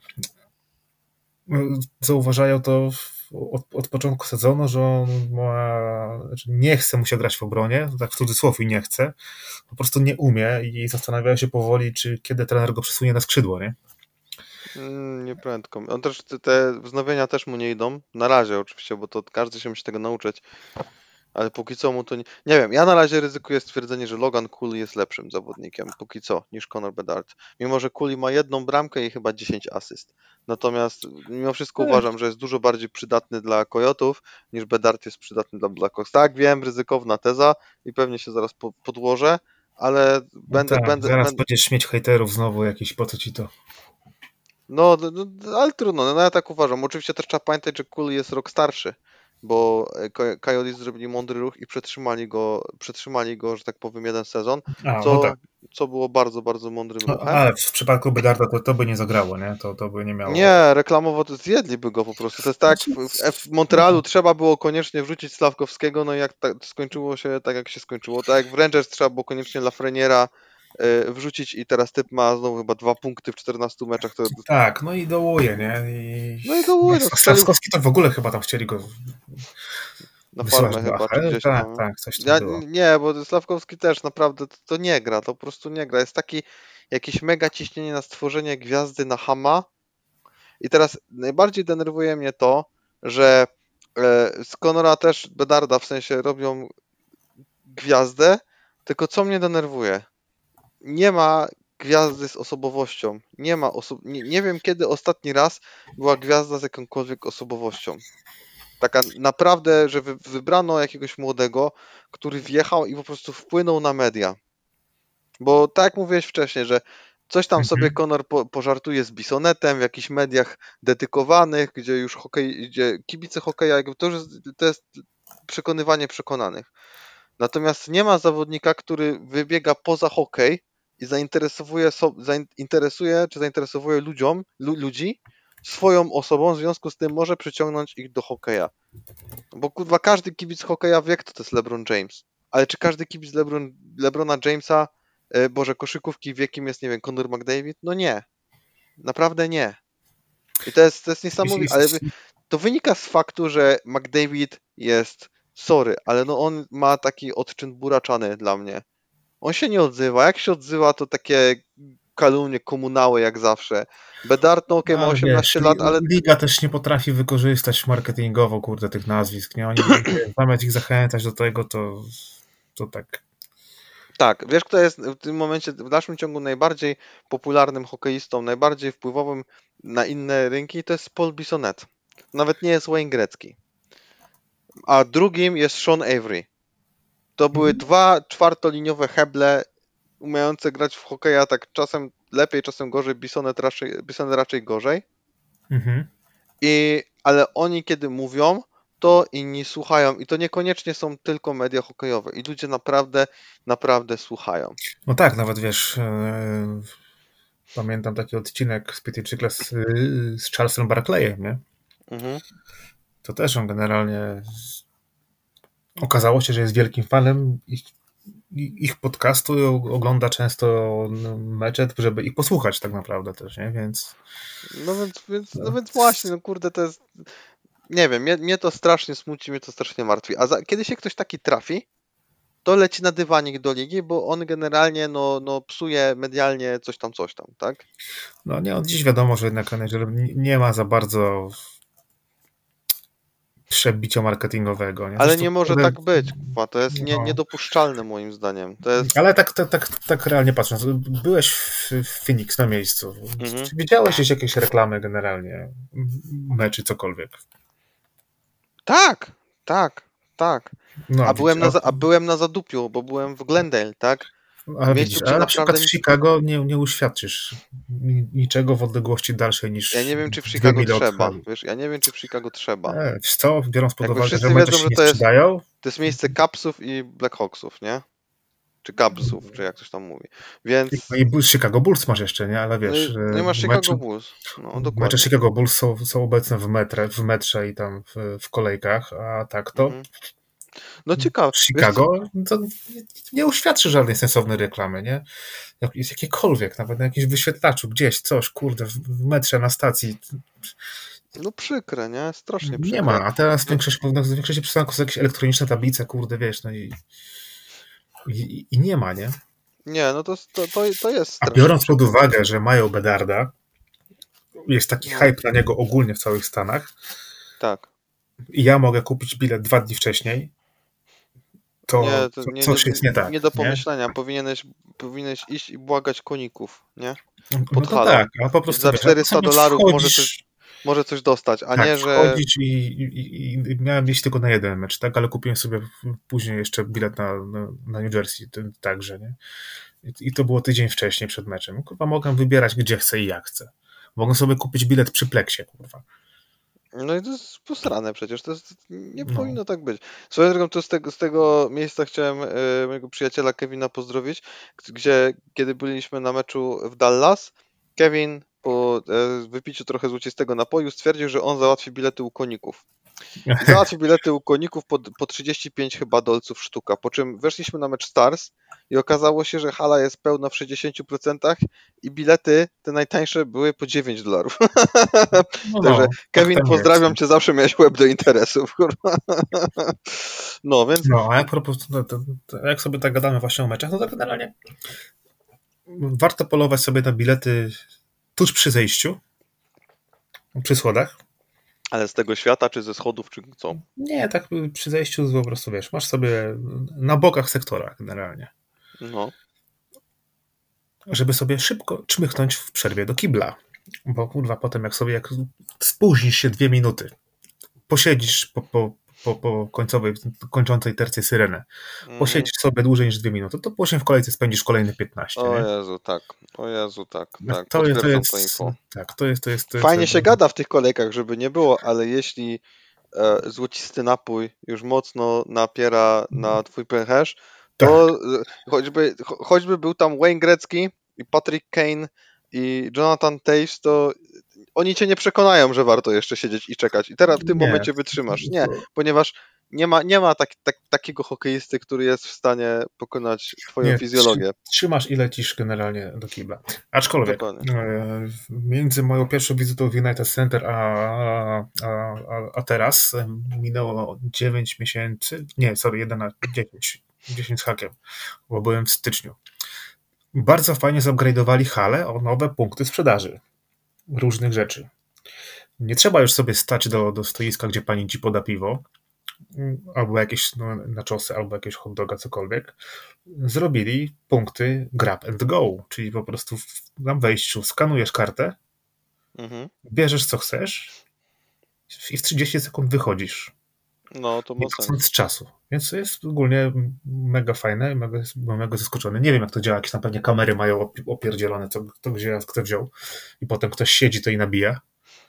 zauważają to od początku sezonu, że on nie chce mu się grać w obronie, tak w cudzysłowie nie chce, po prostu nie umie i zastanawiają się powoli, czy kiedy trener go przesunie na skrzydło, nie? Nie prędko. On też, te wznowienia też mu nie idą. Na razie oczywiście, bo to każdy się musi tego nauczyć. Ale póki co mu to nie... Nie wiem, ja na razie ryzykuję stwierdzenie, że Logan Cooley jest lepszym zawodnikiem, póki co, niż Connor Bedard. Mimo, że Cooley ma 1 bramkę i chyba 10 asyst. Natomiast mimo wszystko uważam, że jest dużo bardziej przydatny dla Kojotów, niż Bedard jest przydatny dla Blackhawks. Tak, wiem, ryzykowna teza i pewnie się zaraz podłożę, ale zaraz będziesz mieć hejterów znowu jakiś, po co ci to? No, ale trudno, no ja tak uważam. Oczywiście też trzeba pamiętać, że Cooley jest rok starszy, bo Coyotes zrobili mądry ruch i przetrzymali go, że tak powiem, 1 sezon, co było bardzo, bardzo mądrym ruchem. Ale w przypadku Bedarda to by nie zagrało, nie? To by nie miało... Nie, reklamowo to zjedliby go po prostu. To jest tak, w Montrealu trzeba było koniecznie wrzucić Sławkowskiego, no i jak skończyło się tak, jak się skończyło. Tak jak w Rangers trzeba było koniecznie Lafreniera wrzucić i teraz typ ma znowu chyba 2 punkty w 14 meczach. To... Tak, no i dołuje, nie? No i dołuje. Strzałkowski to w ogóle chyba tam chcieli go na farmę chyba, czy gdzieś tam. Tak, coś tam było. Nie, bo Sławkowski też naprawdę to nie gra, to po prostu nie gra. Jest taki jakieś mega ciśnienie na stworzenie gwiazdy na Hama. I teraz najbardziej denerwuje mnie to, że z Conora też Bedarda w sensie robią gwiazdę, tylko co mnie denerwuje? Nie ma gwiazdy z osobowością. Nie ma nie wiem, kiedy ostatni raz była gwiazda z jakąkolwiek osobowością. Taka naprawdę, że wybrano jakiegoś młodego, który wjechał i po prostu wpłynął na media. Bo tak jak mówiłeś wcześniej, że coś tam sobie Conor pożartuje z Bisonetem w jakichś mediach dedykowanych, gdzie już gdzie kibice hokeja, to jest przekonywanie przekonanych. Natomiast nie ma zawodnika, który wybiega poza hokej i zainteresuje ludzi swoją osobą, w związku z tym może przyciągnąć ich do hokeja. Bo kurwa, każdy kibic hokeja wie, kto to jest LeBron James. Ale czy każdy kibic LeBrona Jamesa, koszykówki wie, kim jest, nie wiem, Connor McDavid? No nie. Naprawdę nie. I to jest niesamowite. Ale to wynika z faktu, że McDavid jest, sorry, ale no on ma taki odczyn buraczany dla mnie. On się nie odzywa. Jak się odzywa, to takie kalumnie, komunały jak zawsze. Bedard, no okej, ma 18 lat, ale... Liga też nie potrafi wykorzystać marketingowo, kurde, tych nazwisk, nie? Oni zamiast ich zachęcać do tego, to tak... Tak, wiesz, kto jest w tym momencie, w dalszym ciągu najbardziej popularnym hokeistą, najbardziej wpływowym na inne rynki, to jest Paul Bissonnette. Nawet nie jest Wayne Gretzky. A drugim jest Sean Avery. To były 2 czwartoliniowe heble umiejące grać w hokeja, tak czasem lepiej, czasem gorzej, Bissonnette raczej gorzej. Ale oni kiedy mówią, to inni słuchają i to niekoniecznie są tylko media hokejowe i ludzie naprawdę, naprawdę słuchają. No tak, nawet wiesz, pamiętam taki odcinek z Piety Cykla z Charlesem Barkleyem, nie? To też on generalnie okazało się, że jest wielkim fanem ich podcastu i ogląda często mecze, żeby ich posłuchać tak naprawdę też, nie? Więc... No więc właśnie, no kurde, to jest... Nie wiem, mnie to strasznie smuci, mnie to strasznie martwi. Kiedy się ktoś taki trafi, to leci na dywanik do ligi, bo on generalnie no psuje medialnie coś tam, tak? No nie, od dziś wiadomo, że jednak że nie ma za bardzo przebicia marketingowego. Nie? Ale Zresztą, nie może tak być, kurwa, to jest no. niedopuszczalne moim zdaniem. To jest... Ale tak realnie patrząc, byłeś w Phoenix na miejscu. Czy widziałeś jakieś reklamy generalnie, meczy, cokolwiek? Tak. No, A byłem na Zadupiu, bo byłem w Glendale, tak? Ale miejscu, widzisz, gdzie ale na przykład naprawdę w Chicago nie uświadczysz niczego w odległości dalszej niż Ja nie wiem, czy w 2 Chicago mile od trzeba. hali. Wiesz, ja nie wiem, czy w Chicago trzeba. Wiesz co, biorąc pod Jakby uwagę, że wszyscy mecze wiedzą, się że nie to jest- sprzedają, To jest miejsce Cubsów i Blackhawksów, nie? Czy Cubsów, czy jak ktoś tam mówi. Więc... no i Chicago Bulls masz jeszcze, nie? Ale wiesz, nie ma Chicago Bulls. No, mecze dokładnie. Chicago Bulls są obecne w metrze i tam w kolejkach, a tak to No ciekawe. Chicago to nie uświadczy żadnej sensownej reklamy, nie? Jest jakiekolwiek, nawet na jakimś wyświetlaczu, gdzieś, coś, kurde, w metrze, na stacji. No przykre, nie? Strasznie przykre. Nie ma, a teraz w większości przystanków są jakieś elektroniczne tablice, kurde, wiesz, no i nie ma, nie? Nie, no to jest A strasznie biorąc pod przykre. uwagę, że mają Bedarda, jest taki hype na niego ogólnie w całych Stanach Tak. i ja mogę kupić bilet 2 dni wcześniej, to coś jest nie tak. Nie do pomyślenia. Powinieneś iść i błagać koników, nie? No Pod to halą. tak, a po prostu Za wiesz, $400 wchodzisz, może coś dostać, a tak, nie, że... wchodzić i miałem iść tylko na jeden mecz, tak, ale kupiłem sobie później jeszcze bilet na New Jersey także, nie? I to było tydzień wcześniej przed meczem. Kurwa, mogę wybierać gdzie chcę i jak chcę. Mogę sobie kupić bilet przy Plexie, kurwa. No i to jest posrane przecież, nie No. powinno tak być. Swoją drogą, to z tego miejsca chciałem mojego przyjaciela Kevina pozdrowić, kiedy byliśmy na meczu w Dallas, Kevin po wypiciu trochę złocistego napoju stwierdził, że on załatwi bilety u koników. I załatwił bilety u koników po 35 chyba dolców sztuka, po czym weszliśmy na mecz Stars i okazało się, że hala jest pełna w 60% i bilety, te najtańsze, były po $9. Także Kevin, tak pozdrawiam cię, zawsze miałeś łeb do interesów. Kurwa. No, więc... No, a jak propos, jak sobie tak gadamy właśnie o meczach, no to generalnie warto polować sobie na bilety tuż przy zejściu, przy schodach. Ale z tego świata, czy ze schodów, czy co? Nie, tak przy zejściu po prostu, wiesz, masz sobie na bokach sektora generalnie. No. Żeby sobie szybko czmychnąć w przerwie do kibla. Bo kurwa, potem jak spóźnisz się 2 minuty, posiedzisz po kończącej tercję syrenę, posiedzisz sobie dłużej niż 2 minuty, to później w kolejce spędzisz kolejne 15. O nie? Jezu, tak. O Jezu, tak. To jest info. Tak, to jest Fajnie się gada w tych kolejkach, żeby nie było, ale jeśli złocisty napój już mocno napiera na twój pęcherz, to choćby był tam Wayne Gretzky i Patrick Kane i Jonathan Toews, to oni cię nie przekonają, że warto jeszcze siedzieć i czekać. I teraz w tym momencie wytrzymasz. Nie, ponieważ nie ma takiego hokeisty, który jest w stanie pokonać twoją fizjologię. Trzymasz i lecisz generalnie do kibla. Aczkolwiek między moją pierwszą wizytą w United Center a teraz minęło 9 miesięcy, 10 z hakiem, bo byłem w styczniu. Bardzo fajnie zupgrade'owali halę o nowe punkty sprzedaży różnych rzeczy. Nie trzeba już sobie stać do stoiska, gdzie pani ci poda piwo, albo jakieś naczosy, albo jakieś hot doga, cokolwiek. Zrobili punkty grab and go, czyli po prostu na wejściu skanujesz kartę, bierzesz co chcesz i w 30 sekund wychodzisz. No, to ma sens. Z czasu. Więc to jest ogólnie mega fajne, byłem mega zaskoczony. Nie wiem, jak to działa, jakieś tam pewnie kamery mają opierdzielone, kto wziął i potem ktoś siedzi to i nabija.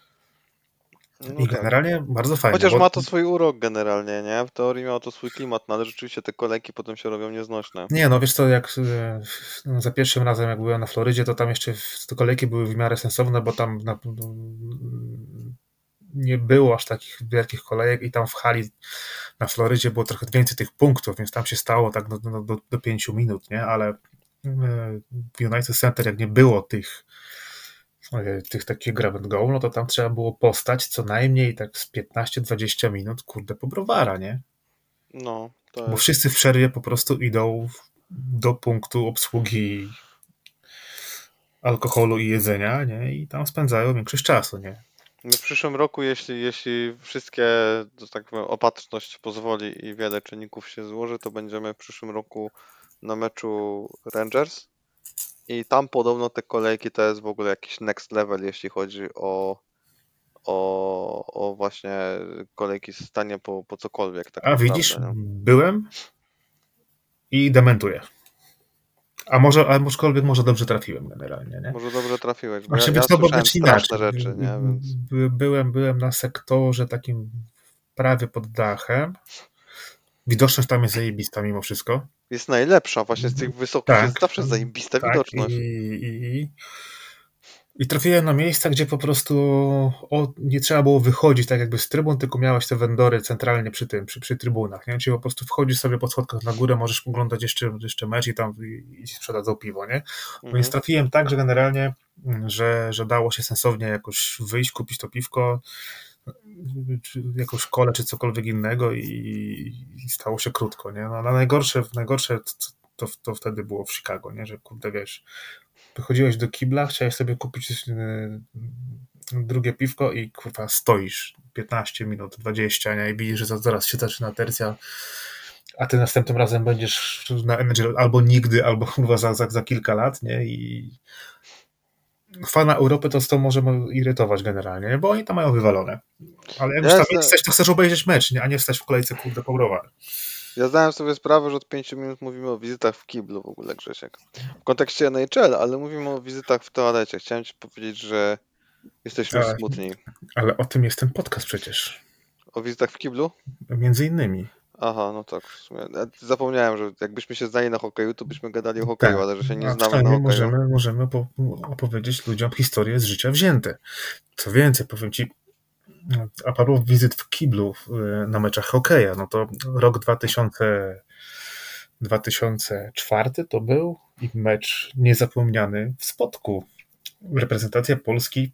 I generalnie bardzo fajnie. Chociaż ma to swój urok generalnie, nie? W teorii miało to swój klimat, no ale rzeczywiście te kolejki potem się robią nieznośne. Nie, no wiesz co, jak za pierwszym razem jak byłem na Florydzie, to tam jeszcze te kolejki były w miarę sensowne, bo tam nie było aż takich wielkich kolejek i tam w hali na Florydzie było trochę więcej tych punktów, więc tam się stało tak do 5 minut, nie? Ale w United Center jak nie było tych takich grab and go, no to tam trzeba było postać co najmniej tak z 15-20 minut, kurde, po browara, nie? No, to Bo jest... wszyscy w przerwie po prostu idą do punktu obsługi alkoholu i jedzenia, nie? I tam spędzają większość czasu, nie? My w przyszłym roku, jeśli wszystkie, że tak powiem, opatrzność pozwoli i wiele czynników się złoży, to będziemy w przyszłym roku na meczu Rangers i tam podobno te kolejki to jest w ogóle jakiś next level, jeśli chodzi o właśnie kolejki stanie po cokolwiek tak A naprawdę. widzisz, Nie? byłem i dementuję. A może dobrze trafiłem generalnie, nie? Może dobrze trafiłeś, bo Znaczy, ja wiesz co, bo słyszałem znaczy straszne inaczej. rzeczy, nie? Więc... Byłem na sektorze takim prawie pod dachem. Widoczność tam jest zajebista mimo wszystko. Jest najlepsza, właśnie z tych wysokich jest zawsze zajebista widoczność. I trafiłem na miejsca, gdzie po prostu nie trzeba było wychodzić tak jakby z trybun, tylko miałeś te wendory centralnie przy trybunach, nie? Czyli po prostu wchodzisz sobie po schodkach na górę, możesz oglądać jeszcze mecz i tam i sprzedadzą piwo, nie? Więc trafiłem tak, że generalnie, że dało się sensownie jakoś wyjść, kupić to piwko, czy jakąś kolę, czy cokolwiek innego i stało się krótko, nie? No, ale najgorsze to wtedy było w Chicago, nie? Że kurde, wiesz, wychodziłeś do kibla, chciałeś sobie kupić drugie piwko i kurwa stoisz 15 minut, 20, nie? I widzisz, że zaraz się zaczyna tercja, a ty następnym razem będziesz na Energy albo nigdy, albo kurwa za kilka lat, nie? I fana Europy to może irytować generalnie, bo oni tam mają wywalone. Ale jak już tam jesteś, to chcesz obejrzeć mecz, nie? A nie stać w kolejce kurde po browar. Ja zdałem sobie sprawę, że od 5 minut mówimy o wizytach w kiblu w ogóle, Grzesiek. W kontekście NHL, ale mówimy o wizytach w toalecie. Chciałem ci powiedzieć, że jesteśmy smutni. Ale o tym jest ten podcast przecież. O wizytach w kiblu? Między innymi. Aha, no tak. W sumie. Ja zapomniałem, że jakbyśmy się znali na hokeju, to byśmy gadali o hokeju, ale że się nie znamy na hokeju. Możemy opowiedzieć ludziom historię z życia wzięte. Co więcej, powiem ci, a propos wizyt w kiblu na meczach hokeja, no to rok 2004 to był i mecz niezapomniany w Spodku. Reprezentacja Polski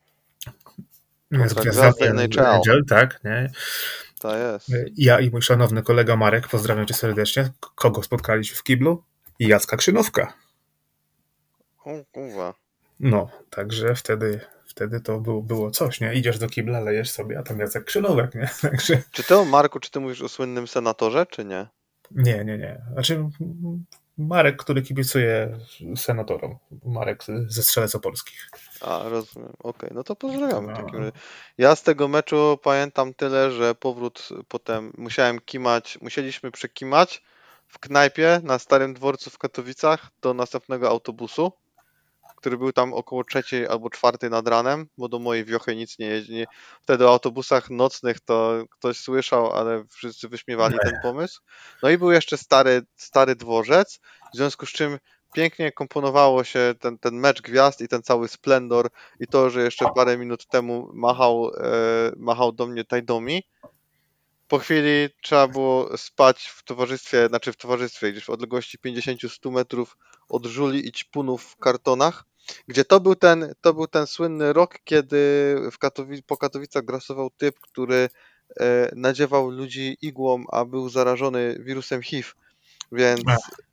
z gwiazdami NHL, tak, nie? To jest. Ja i mój szanowny kolega Marek, pozdrawiam cię serdecznie. Kogo spotkaliśmy w kiblu? Jacka Krzynówka. O kurwa. No, także wtedy to było coś, nie? Idziesz do kibla, lejesz sobie, a tam Jacek Krzynówek, nie? Także... Marku, czy ty mówisz o słynnym senatorze, czy nie? Nie. Znaczy Marek, który kibicuje senatorom. Marek ze Strzelec Opolskich. A, rozumiem. Okej, no to pozdrawiamy. W takim razie. Ja z tego meczu pamiętam tyle, że powrót potem musieliśmy przekimać w knajpie na Starym Dworcu w Katowicach do następnego autobusu, który był tam około 3 albo 4 nad ranem, bo do mojej wiochy nic nie jeździ. Wtedy o autobusach nocnych to ktoś słyszał, ale wszyscy wyśmiewali ten pomysł. No i był jeszcze stary dworzec, w związku z czym pięknie komponowało się ten mecz gwiazd i ten cały splendor i to, że jeszcze parę minut temu machał do mnie Tajdomi. Po chwili trzeba było spać w towarzystwie, gdzieś w odległości 50-100 metrów od żuli i ćpunów w kartonach, gdzie to był ten słynny rok, kiedy po Katowicach grasował typ, który nadziewał ludzi igłą, a był zarażony wirusem HIV, więc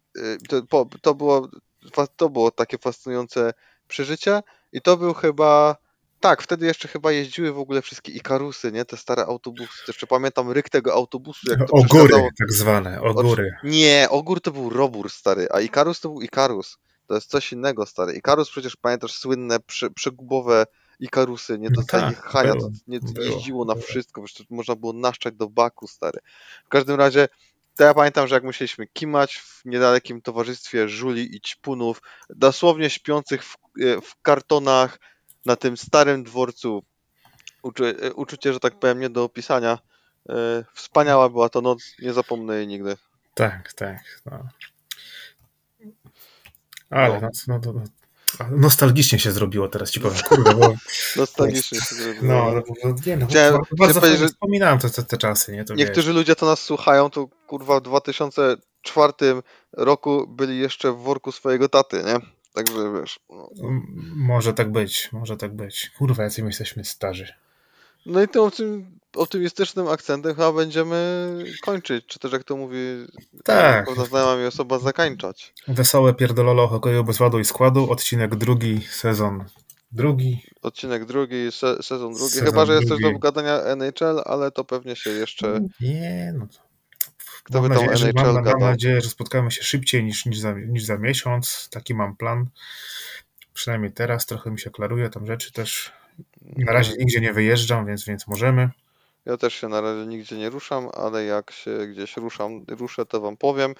to było takie fascynujące przeżycie i to był chyba... Tak, wtedy jeszcze chyba jeździły w ogóle wszystkie Ikarusy, nie? Te stare autobusy. Jeszcze pamiętam ryk tego autobusu, jak to Ogóry tak zwane, ogóry. Nie, Ogór to był Robur, stary, a Ikarus to był Ikarus. To jest coś innego, stary. Ikarus przecież pamiętasz słynne przegubowe Ikarusy, nie? To zajechania, to jeździło na wszystko, przecież można było naszczać do baku, stary. W każdym razie to ja pamiętam, że jak musieliśmy kimać w niedalekim towarzystwie żuli i ćpunów, dosłownie śpiących w kartonach, na tym starym dworcu, uczucie, że tak powiem, nie do opisania. Wspaniała była to noc, nie zapomnę jej nigdy. Tak. No. Ale Nostalgicznie się zrobiło teraz, ci powiem. Kurde, bo... Nostalgicznie się zrobiło. No, nie, no Chciałem bardzo powiedzieć, fajnie że wspominałem te czasy, nie? To niektórzy ludzie to nas słuchają, to kurwa w 2004 roku byli jeszcze w worku swojego taty, nie? Także wiesz. No. Może tak być, może tak być. Kurwa, jacy my jesteśmy starzy. No i tym optymistycznym akcentem chyba będziemy kończyć, czy też jak to mówi Tak. pewna znajoma mi osoba, zakańczać. Wesołe pierdololo hokeju bez ładu i składu, odcinek 2, sezon 2. Odcinek 2, sezon 2. Sezon Chyba, że jest coś drugi. do gadania NHL, ale to pewnie się jeszcze... Nie, no. Kto by tam NHL Mam gadał? nadzieję, że spotkamy się szybciej niż za miesiąc. Taki mam plan. Przynajmniej teraz trochę mi się klaruje tam rzeczy też. Na razie nigdzie nie wyjeżdżam, więc możemy. Ja też się na razie nigdzie nie ruszam, ale jak się gdzieś ruszę, to wam powiem.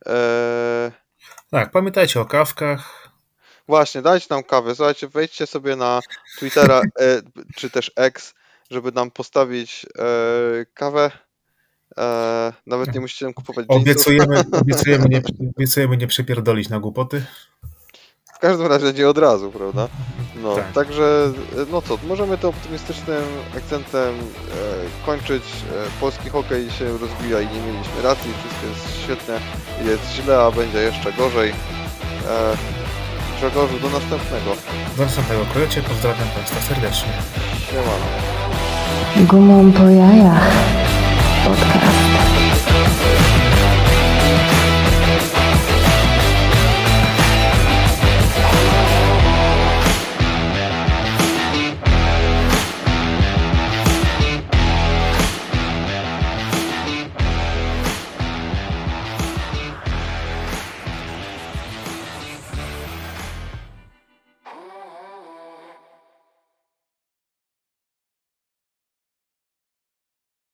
Tak, pamiętajcie o kawkach. Właśnie, dajcie nam kawę. Słuchajcie, wejdźcie sobie na Twittera czy też X, żeby nam postawić kawę. Nawet nie musicie nam kupować jeansów. Obiecujemy nie przepierdolić na głupoty. W każdym razie nie od razu, prawda? No, Tak. także, no co, możemy to optymistycznym akcentem kończyć. Polski hokej się rozwija i nie mieliśmy racji, wszystko jest świetnie, jest źle, a będzie jeszcze gorzej. Grzegorzu, do następnego. Do następnego Kojocie, pozdrawiam Państwa serdecznie. Siemano. Gumą po jajach. Podcast.